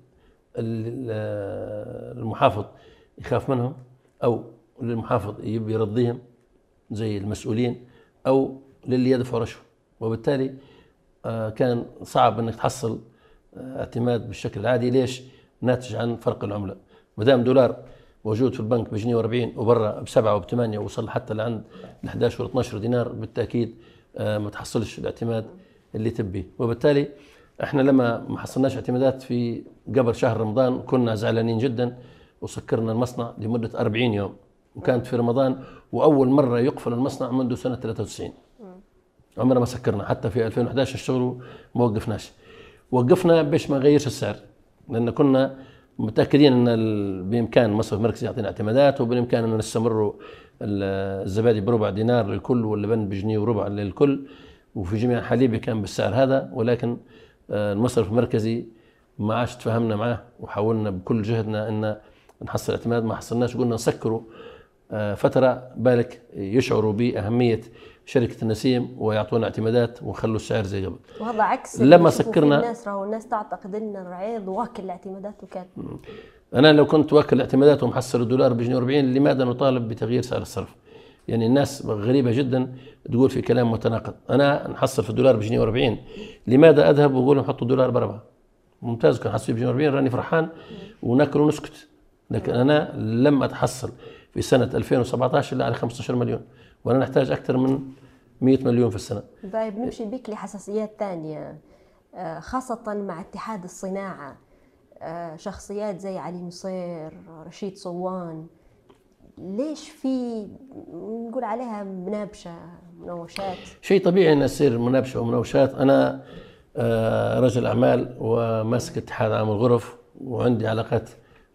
للمحافظ يخاف منهم، او للمحافظ يبي يرضيهم زي المسؤولين، او للي يدفع رشوه. وبالتالي كان صعب انك تحصل اعتماد بالشكل العادي. ليش؟ ناتج عن فرق العمله. ما دام دولار موجود في البنك بجنيه و40 وبرا ب7 وب8 وصل حتى لعند 11 و12 دينار، بالتاكيد ما تحصلش الاعتماد اللي تبيه. وبالتالي احنا لما ما حصلناش اعتمادات في قبل شهر رمضان كنا زعلانين جدا، وسكرنا المصنع لمده 40 يوم، وكانت في رمضان، واول مره يقفل المصنع منذ سنه 93. عمرنا ما سكرنا، حتى في 2011 اشتغلوا ما وقفناش. وقفنا باش ما نغيرش السعر، لان كنا متاكدين ان بامكان المصرف المركزي يعطينا اعتمادات، وبامكان ان نستمروا الزبادي بربع دينار للكل، واللبن بجنيه وربع للكل، وفي جميع الحليب كان بالسعر هذا. ولكن المصرف المركزي ما عادش تفاهمنا معه، وحاولنا بكل جهدنا ان نحصل اعتماد، ما حصلناش. قلنا نسكروا فتره بالك يشعروا باهميه شركه النسيم ويعطونا اعتمادات ونخلوا السعر زي قبل. وهذا عكس لما سكرنا الناس تعتقد ان الرعيض واكل الاعتمادات. وكان انا لو كنت واكل الاعتمادات ومحصل الدولار بجنيه و40، لماذا نطالب بتغيير سعر الصرف؟ يعني الناس غريبه جدا تقول في كلام متناقض. انا نحصل في الدولار بجنيه و40، لماذا اذهب واقول لهم حطوا الدولار ب4؟ ممتاز، كان حصل بجنيه و40 راني فرحان وناكل ونسكت. لكن انا لم اتحصل في سنه 2017 الا على 15 مليون، وانا نحتاج اكثر من 100 مليون في السنه. طيب نمشي بك لحساسيات ثانيه، خاصه مع اتحاد الصناعه. شخصيات زي علي مصير، رشيد صوان، ليش في نقول عليها منابشه، مناوشات؟ شيء طبيعي ان يصير منابشه ومناوشات. انا رجل اعمال وماسك اتحاد عام الغرف، وعندي علاقات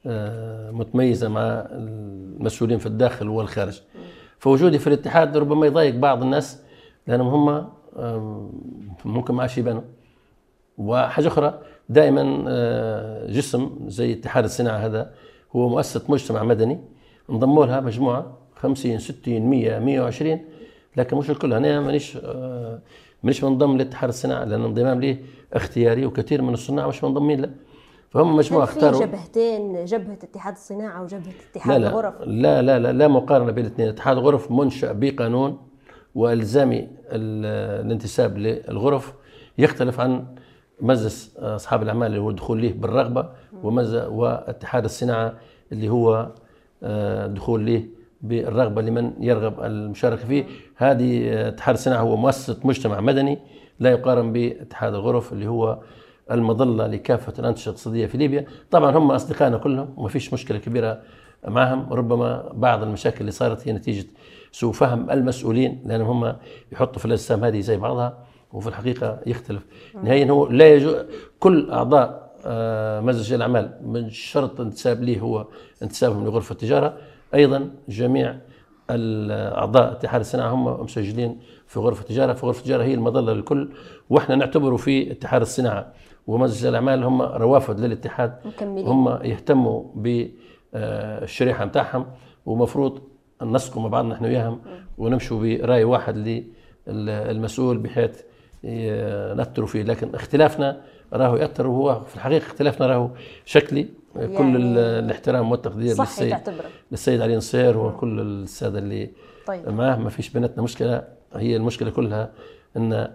متميزه مع المسؤولين في الداخل والخارج. فوجودي في الاتحاد ربما يضايق بعض الناس، لانهم هم ممكن ما عادش يبانوا. وحاجه اخرى، دائما جسم زي اتحاد الصناعه هذا هو مؤسسه مجتمع مدني، انضموا لها مجموعه 50 60 100 120، لكن مش الكل. انا مانيش منضم لاتحاد الصناعه، لان الانضمام ليه اختياري، وكثير من الصناع مش منضمين له. فهم مجموعه اختاروا. في جبهتين، جبهه اتحاد الصناعه وجبهه اتحاد الغرف. لا مقارنه بين الاثنين. اتحاد الغرف منشأ بقانون والزامي الانتساب للغرف، يختلف عن مجلس اصحاب الاعمال اللي هو الدخول له بالرغبه، واتحاد الصناعه اللي هو دخول له بالرغبه لمن يرغب المشاركه فيه. هذه اتحاد الصناعه هو مؤسسه مجتمع مدني، لا يقارن باتحاد الغرف اللي هو المظله لكافه الانشطه الاقتصاديه في ليبيا. طبعا هم اصدقائنا كلهم وما فيش مشكله كبيره معهم. ربما بعض المشاكل اللي صارت هي نتيجة سوء فهم المسؤولين، لأنهم هم يحطوا في الأجسام هذه زي بعضها وفي الحقيقة يختلف. نهائيا هو لا يجوز كل أعضاء مجلس رجال الأعمال من شرط انتساب ليه هو انتسابهم لغرفة التجارة. أيضا جميع الأعضاء اتحاد الصناعة هم مسجلين في غرفة التجارة، فغرفة التجارة هي المظلة للكل، وإحنا نعتبره في اتحاد الصناعة ومجلس رجال الأعمال هم روافد للاتحاد مكملين. هم يهتموا بالشريحة متاعهم، ومفروض نسقوا مع بعضنا نحن وياهم ونمشوا برأي واحد للمسؤول بحيث نأثروا فيه. لكن اختلافنا راهو يأثر، وهو في الحقيقة اختلافنا راهو شكلي يعني كل الاحترام والتقدير للسيد علي نصير وكل السادة اللي طيب. معاه ما فيش بيناتنا مشكلة. هي المشكلة كلها ان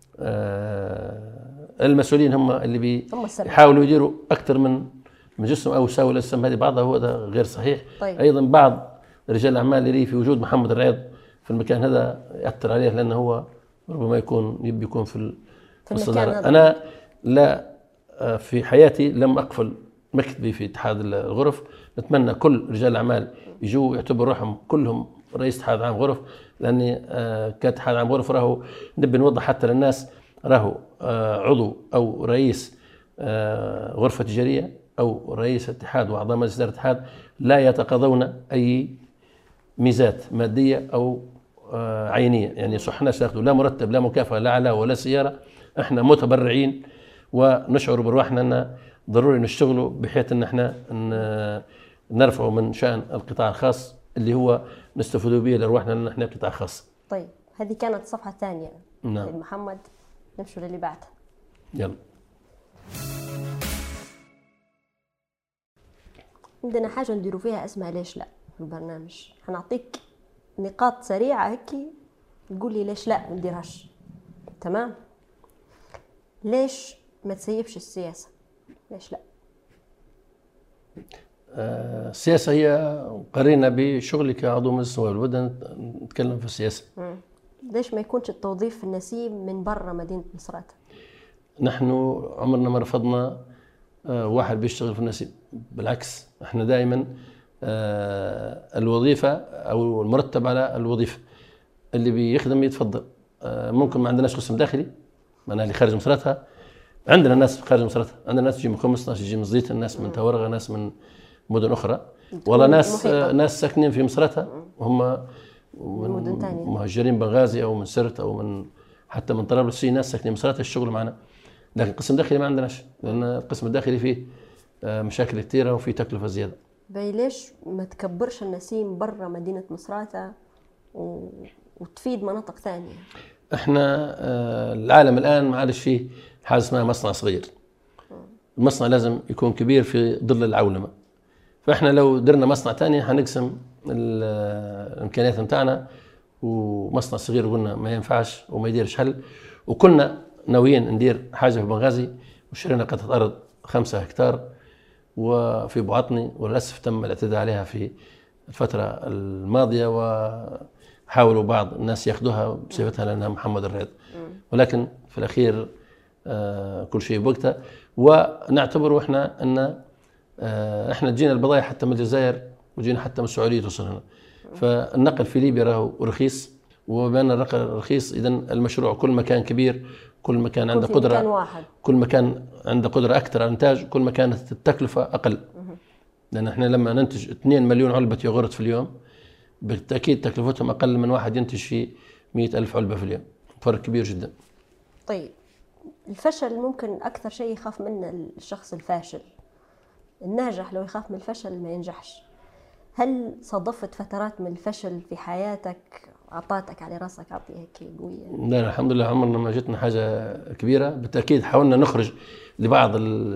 المسؤولين هم اللي بيحاولوا يديروا اكثر من جسم او يساوي الاسم هذه بعضها، هو ده غير صحيح. طيب. ايضا بعض رجال الاعمال اللي في وجود محمد الرعيض في المكان هذا يأثر عليه، لانه هو ربما يكون في الصدارة. انا لا في حياتي لم اقفل مكتبي في اتحاد الغرف. نتمنى كل رجال الاعمال يجوا يعتبروا روحهم كلهم رئيس اتحاد عام غرف، لاني كاتحاد عام غرف راهو نبي نوضح حتى للناس راهو عضو او رئيس غرفه تجاريه او رئيس اتحاد واعضاء مجلس اداره الاتحاد لا يتقاضون اي ميزات ماديه او عينيه، يعني صحناش ياخذوا لا مرتب لا مكافاه لا علاوه ولا سياره. احنا متبرعين ونشعر برواحنا ان ضروري نشتغلوا بحيث ان احنا نرفعوا من شأن القطاع الخاص اللي هو نستفيدوا به لارواحنا ان احنا قطاع خاص. طيب هذه كانت الصفحة الثانية. نعم. محمد نمشوا للي بعدها. يلا. عندنا حاجة نديروا فيها اسمها ليش لا في البرنامج. حنعطيك نقاط سريعة هيك تقول لي ليش لا ما نديرهاش. تمام؟ ليش ما تسيبش السياسة؟ ليش لا؟ السياسة هي قرينة بشغلي كعضو مجلس النواب، بدنا نتكلم في السياسة. ليش ما يكونش التوظيف في النسيم من برا مدينة مصراتة؟ نحن عمرنا ما رفضنا واحد بيشتغل في النسيم، بالعكس احنا دائما الوظيفة او المرتب على الوظيفة، اللي بيخدم يتفضل. ممكن ما عندناش قسم داخلي، معناها اللي خارج مصراتها. عندنا ناس خارج مصراتها، عندنا ناس تجي من خمس، ناس تجي من زيت، ناس من تورغة، ناس من مدن اخرى، والله ناس ساكنين في مصراتها وهم من مهاجرين بنغازي او من سرت او من حتى من طرابلس، ناس ساكنين مصراتها الشغل معنا. لكن القسم الداخلي ما عندناش، لان القسم الداخلي فيه مشاكل كثيره وفيه تكلفه زياده. ليش ما تكبرش النسيم برا مدينه مصراتة وتفيد مناطق ثانيه؟ احنا العالم الان ما عادش فيه حاجه اسمها مصنع صغير. المصنع لازم يكون كبير في ظل العولمه. فاحنا لو درنا مصنع ثاني حنقسم الامكانيات نتاعنا، ومصنع صغير قلنا ما ينفعش وما يديرش حل. وكنا ناويين ندير حاجه في بنغازي وشرينا قطعه ارض 5 هكتار وفي بوعطني، وللاسف تم الاعتداء عليها في الفتره الماضيه، وحاولوا بعض الناس ياخذوها بصفتها لانها محمد الرعيض، ولكن في الاخير كل شيء بوقته. ونعتبر احنا ان احنا جينا البضائع حتى من الجزائر وجينا حتى من السعوديه توصل هنا. فالنقل في ليبيا راهو رخيص، وبما ان النقل رخيص اذا المشروع كل ما كان كبير كل ما كان عنده قدره، كل ما كان عنده قدره اكثر على الانتاج كل ما كانت التكلفه اقل. لان احنا لما ننتج 2 مليون علبه يogurt في اليوم بالتاكيد تكلفتهم اقل من واحد ينتج في 100,000 علبه في اليوم، فرق كبير جدا. طيب الفشل ممكن اكثر شيء يخاف منه الشخص الفاشل. الناجح لو يخاف من الفشل ما ينجحش. هل صادفت فترات من الفشل في حياتك عطاتك على راسك عطية هيك قوية؟ لا الحمد لله عمرنا ما جتنا حاجة كبيرة. بالتأكيد حاولنا نخرج لبعض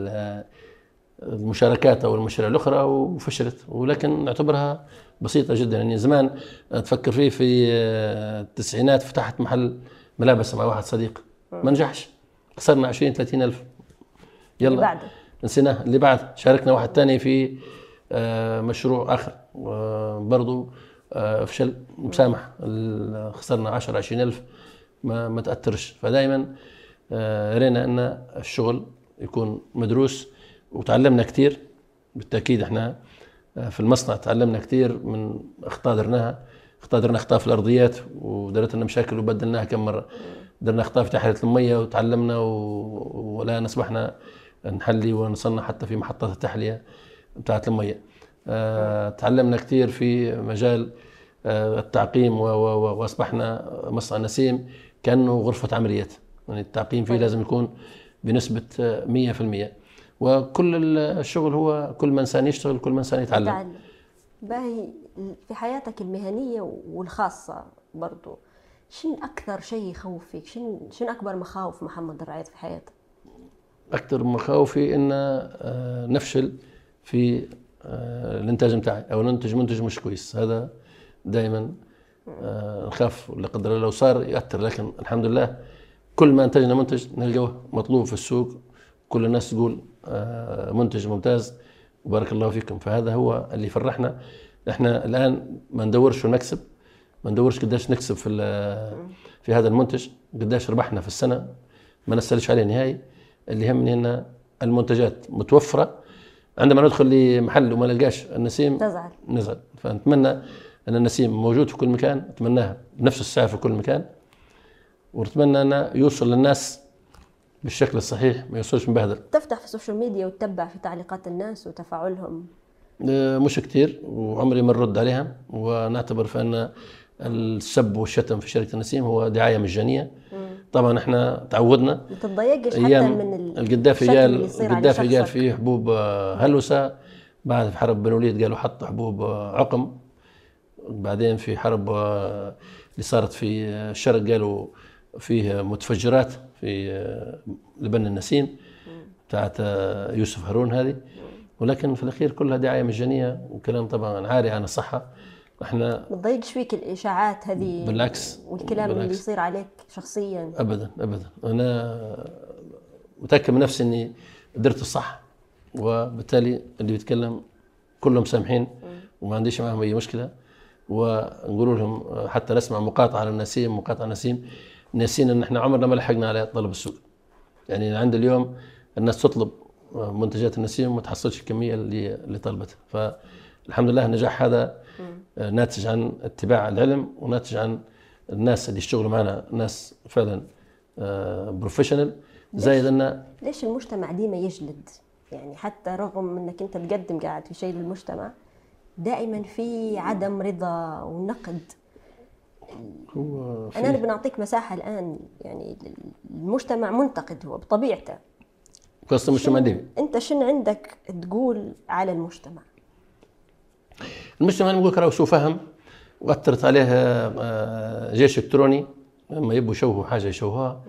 المشاركات أو المشاريع الأخرى وفشلت، ولكن نعتبرها بسيطة جدا. يعني زمان تفكر فيه في التسعينات فتحت محل ملابس مع واحد صديق ما نجحش، خسرنا 20-30 ألف. يلا نسيناه. اللي بعد شاركنا واحد تاني في مشروع آخر برضو فشل مسامح، خسرنا 10-20 ألف ما تأثرش. فدائما رينا أن الشغل يكون مدروس وتعلمنا كثير. بالتأكيد احنا في المصنع تعلمنا كثير من اخطاء درنا اخطاء في الارضيات ودرت لنا مشاكل وبدلناها كم مره. درنا اخطاء في تحليه الميه وتعلمنا والان اصبحنا نحلي ونصنع حتى في محطات التحليه بتاعت الميه. تعلمنا كثير في مجال التعقيم واصبحنا مصنع نسيم كانه غرفه عمليات، يعني التعقيم فيه لازم يكون بنسبه 100%. وكل الشغل هو كل ما انسان يشتغل كل ما انسان يتعلم. باهي في حياتك المهنيه والخاصه برضو، شنو اكثر شيء يخوف فيك؟ شنو اكبر مخاوف محمد الرعيض في حياته؟ اكثر مخاوفي ان نفشل في الانتاج متاعي او ننتج منتج مش كويس. هذا دائما نخاف لا قدر الله لو صار يأثر، لكن الحمد لله كل ما انتجنا منتج نلقاه مطلوب في السوق، كل الناس تقول منتج ممتاز وبارك الله فيكم. فهذا هو اللي يفرحنا. احنا الان ما ندورش في المكسب، ما ندورش قداش نكسب في هذا المنتج، قداش ربحنا في السنه، ما نسالش عليه نهائي. اللي يهمني ان المنتجات متوفره. عندما ندخل لمحل وما نلقاش النسيم نزعل. فنتمنى ان النسيم موجود في كل مكان، نتمناه بنفس السعر في كل مكان، ونتمنى انه يوصل للناس بالشكل الصحيح، ما يوصلش مبهدل. تفتح في السوشيال ميديا وتتبع في تعليقات الناس وتفاعلهم؟ مش كتير وعمري ما نرد عليها، ونعتبر فان السب والشتم في شركه النسيم هو دعايه مجانيه. طبعا احنا تعودنا. ما تتضايقش حتى من القدافي قال فيه حبوب هلوسه، بعد في حرب بن وليد قالوا حط حبوب عقم، بعدين في حرب اللي صارت في الشرق قالوا فيه متفجرات في لبن النسيم بتاعت يوسف هارون هذه. ولكن في الاخير كلها دعايه مجانيه وكلام طبعا عاري عن الصحه. احنا ما تضايقش فيك الاشاعات هذه؟ بالعكس، والكلام اللي يصير عليك شخصيا؟ ابدا ابدا، انا متاكد من نفسي اني درت الصح، وبالتالي اللي بيتكلم كلهم سامحين وما عنديش معهم اي مشكله. ونقول لهم حتى نسمع مقاطعه على النسيم، مقاطعه النسيم ناسين ان احنا عمرنا ما لحقنا على طلب السوق. يعني عند اليوم الناس تطلب منتجات النسيم وما تحصلش الكميه اللي طلبتها. فالحمد لله النجاح هذا ناتج عن اتباع العلم، وناتج عن الناس اللي يشتغلوا معنا ناس فعلا بروفيشنال. زايد ان ليش المجتمع ديما يجلد؟ يعني حتى رغم انك انت تقدم قاعد في شيء للمجتمع، دائما في عدم رضا ونقد. انا بنعطيك مساحه الان، يعني المجتمع منتقد هو بطبيعته. قصة المجتمع دي انت شن عندك تقول على المجتمع؟ المجتمع نقول راهو سوء فهم واثرت عليه جيش الكتروني. لما يبوا يشوهوا حاجه يشوهوها.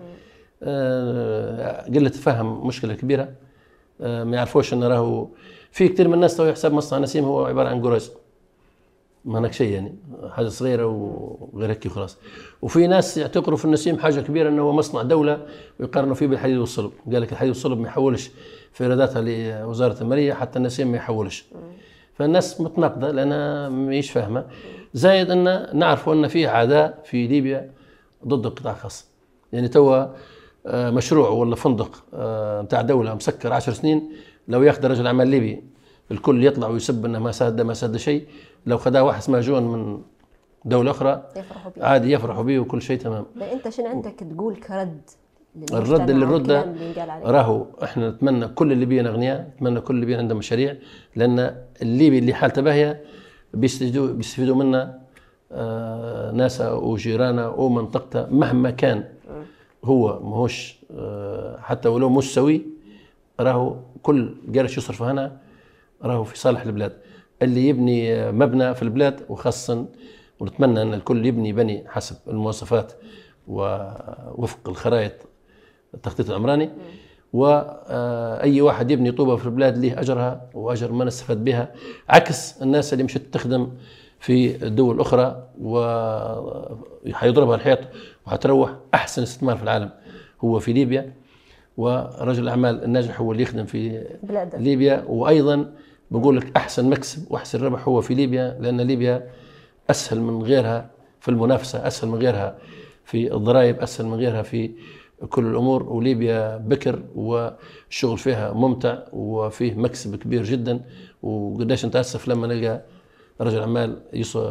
قله فهم مشكله كبيره. ما يعرفوش ان راهو في كثير من الناس تو يحسب مصنع نسيم هو عباره عن جراج، ما هناك شيء، يعني حاجه صغيره وغير هيك وخلاص. وفي ناس يعتبروا في النسيم حاجه كبيره انه هو مصنع دوله ويقارنوا فيه بالحديد والصلب. قال لك الحديد والصلب ما يحولش في ايراداتها لوزاره الماليه، حتى النسيم ما يحولش. فالناس متناقضه لانها مش فاهمه. زايد ان نعرفوا ان في عداء في ليبيا ضد القطاع الخاص. يعني توا مشروع ولا فندق بتاع دوله مسكر 10 سنين، لو ياخذ رجل اعمال ليبي الكل يطلع ويسب انه ما ساد شيء. لو خداه واحد اسمه جون من دوله اخرى عادي يفرحوا به وكل شيء تمام. انت شنو عندك تقول كرد؟ الرد اللي رده راهو احنا نتمنى كل الليبيين اغنياء، نتمنى كل الليبيين عندهم مشاريع، لان الليبي اللي حالته باهيه بيستفيدوا منا ناسه وجيرانه ومنطقته مهما كان. هو ماهوش حتى ولو مش سوي، راهو كل قرش يصرف هنا راهو في صالح البلاد. اللي يبني مبنى في البلاد وخاصة، ونتمنى ان الكل يبني حسب المواصفات ووفق الخرائط التخطيط العمراني. واي واحد يبني طوبه في البلاد له اجرها واجر ما نستفاد بها، عكس الناس اللي مشت تخدم في الدول الاخرى وحيضربها الحيط وحتروح. احسن استثمار في العالم هو في ليبيا، ورجل الاعمال الناجح هو اللي يخدم في بلادة. ليبيا. وايضا بقول لك احسن مكسب واحسن ربح هو في ليبيا، لان ليبيا اسهل من غيرها في المنافسه، اسهل من غيرها في الضرائب، اسهل من غيرها في كل الأمور، وليبيا بكر والشغل فيها ممتع وفيه مكسب كبير جدا. وقداش نتأسف لما نلقى رجل أعمال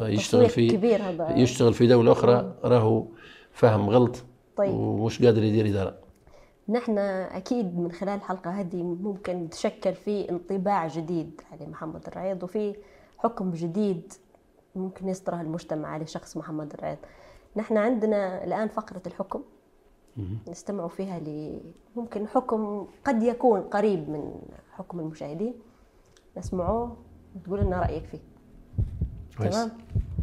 يشتغل في دولة أخرى راهو فاهم غلط. طيب. ومش قادر يدير إدارة. نحن أكيد من خلال الحلقة هذه ممكن تشكل في انطباع جديد على محمد الرعيض، وفي حكم جديد ممكن يصدره المجتمع على شخص محمد الرعيض. نحن عندنا الآن فقرة الحكم نستمع فيها ممكن حكم قد يكون قريب من حكم المشاهدين، نسمعوه وتقول لنا رأيك فيه. تمام.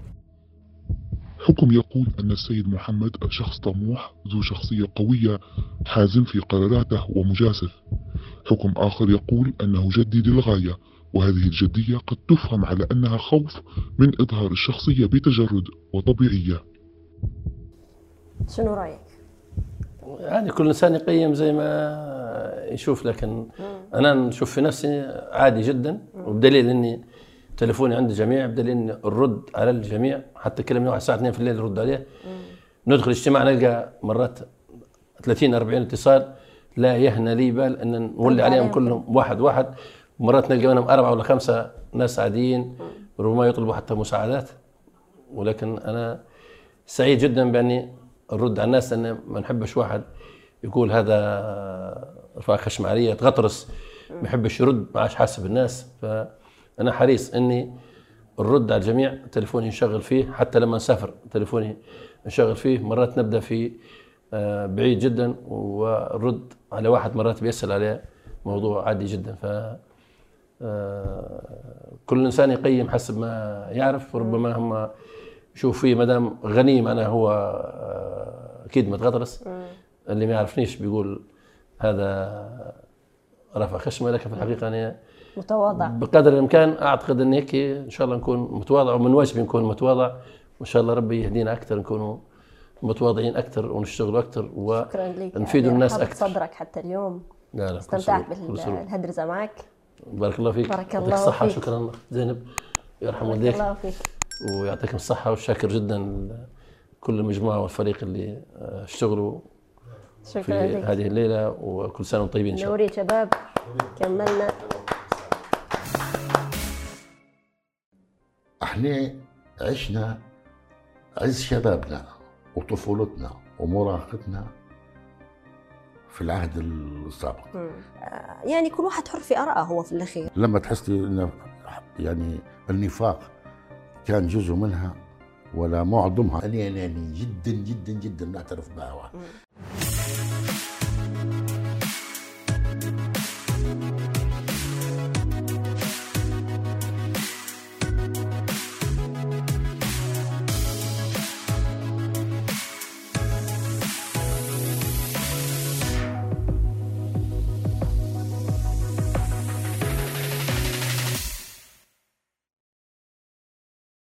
حكم يقول أن السيد محمد شخص طموح ذو شخصية قوية حازم في قراراته ومجازف. حكم آخر يقول أنه جدي للغاية، وهذه الجدية قد تفهم على أنها خوف من إظهار الشخصية بتجرد وطبيعية. شنو رأيك؟ يعني كل إنسان يقيم زي ما يشوف، لكن أنا نشوف في نفسي عادي جدا، وبدليل أني تليفوني عند الجميع، بدليل أني الرد على الجميع. حتى كلمني واحد الساعة 2 في الليل يرد عليه. ندخل اجتماع نلقى مرات 30-40 اتصال، لا يهنى لي بال أن نولي عليهم كلهم واحد واحد. مرات نلقى منهم 4 ولا 5 ناس عاديين ربما يطلبوا حتى مساعدات. ولكن أنا سعيد جدا بأني الرد على الناس، لأن ما نحبش واحد يقول هذا رفاق خشمعرية تغطرس ما يحبش يرد، ما عادش حاسب الناس. فأنا حريص أني الرد على الجميع. تليفوني نشغل فيه، حتى لما نسافر تليفوني نشغل فيه. مرات نبدأ في بعيد جدا والرد على واحد مرات بيسأل عليه موضوع عادي جدا. ف كل إنسان يقيم حسب ما يعرف. وربما هم يشوف فيه مدام غني معناه هو أكيد متغطرس. اللي ما يعرفنيش بيقول هذا رفع خشمه، لكن في الحقيقة أنا متواضع بقدر الإمكان. أعتقد أن هيك إن شاء الله نكون متواضع، ومن واجبي نكون متواضع، وإن شاء الله ربي يهدينا أكثر نكونوا متواضعين أكثر ونشتغلوا أكثر ونفيدوا الناس أكثر. صدرك حتى اليوم. لا استمتعت بالهدرزة معك. بارك الله فيك. بارك الله فيك. الصحة. شكرا زينب، يرحم والديك. بارك الله فيك ويعطيكم الصحة. وشاكر جدا كل المجموعة والفريق اللي اشتغلوا في هذه الليلة، وكل سنة وانتم طيبين إن شاء الله. نوري شباب، كملنا. احنا عشنا عز شبابنا وطفولتنا ومراهقتنا في العهد السابق. يعني كل واحد حر في آرائه هو في الأخير. لما تحسي إن يعني النفاق كان جزء منها ولا معظمها، أنا يعني جدا جدا جدا نعترف بها.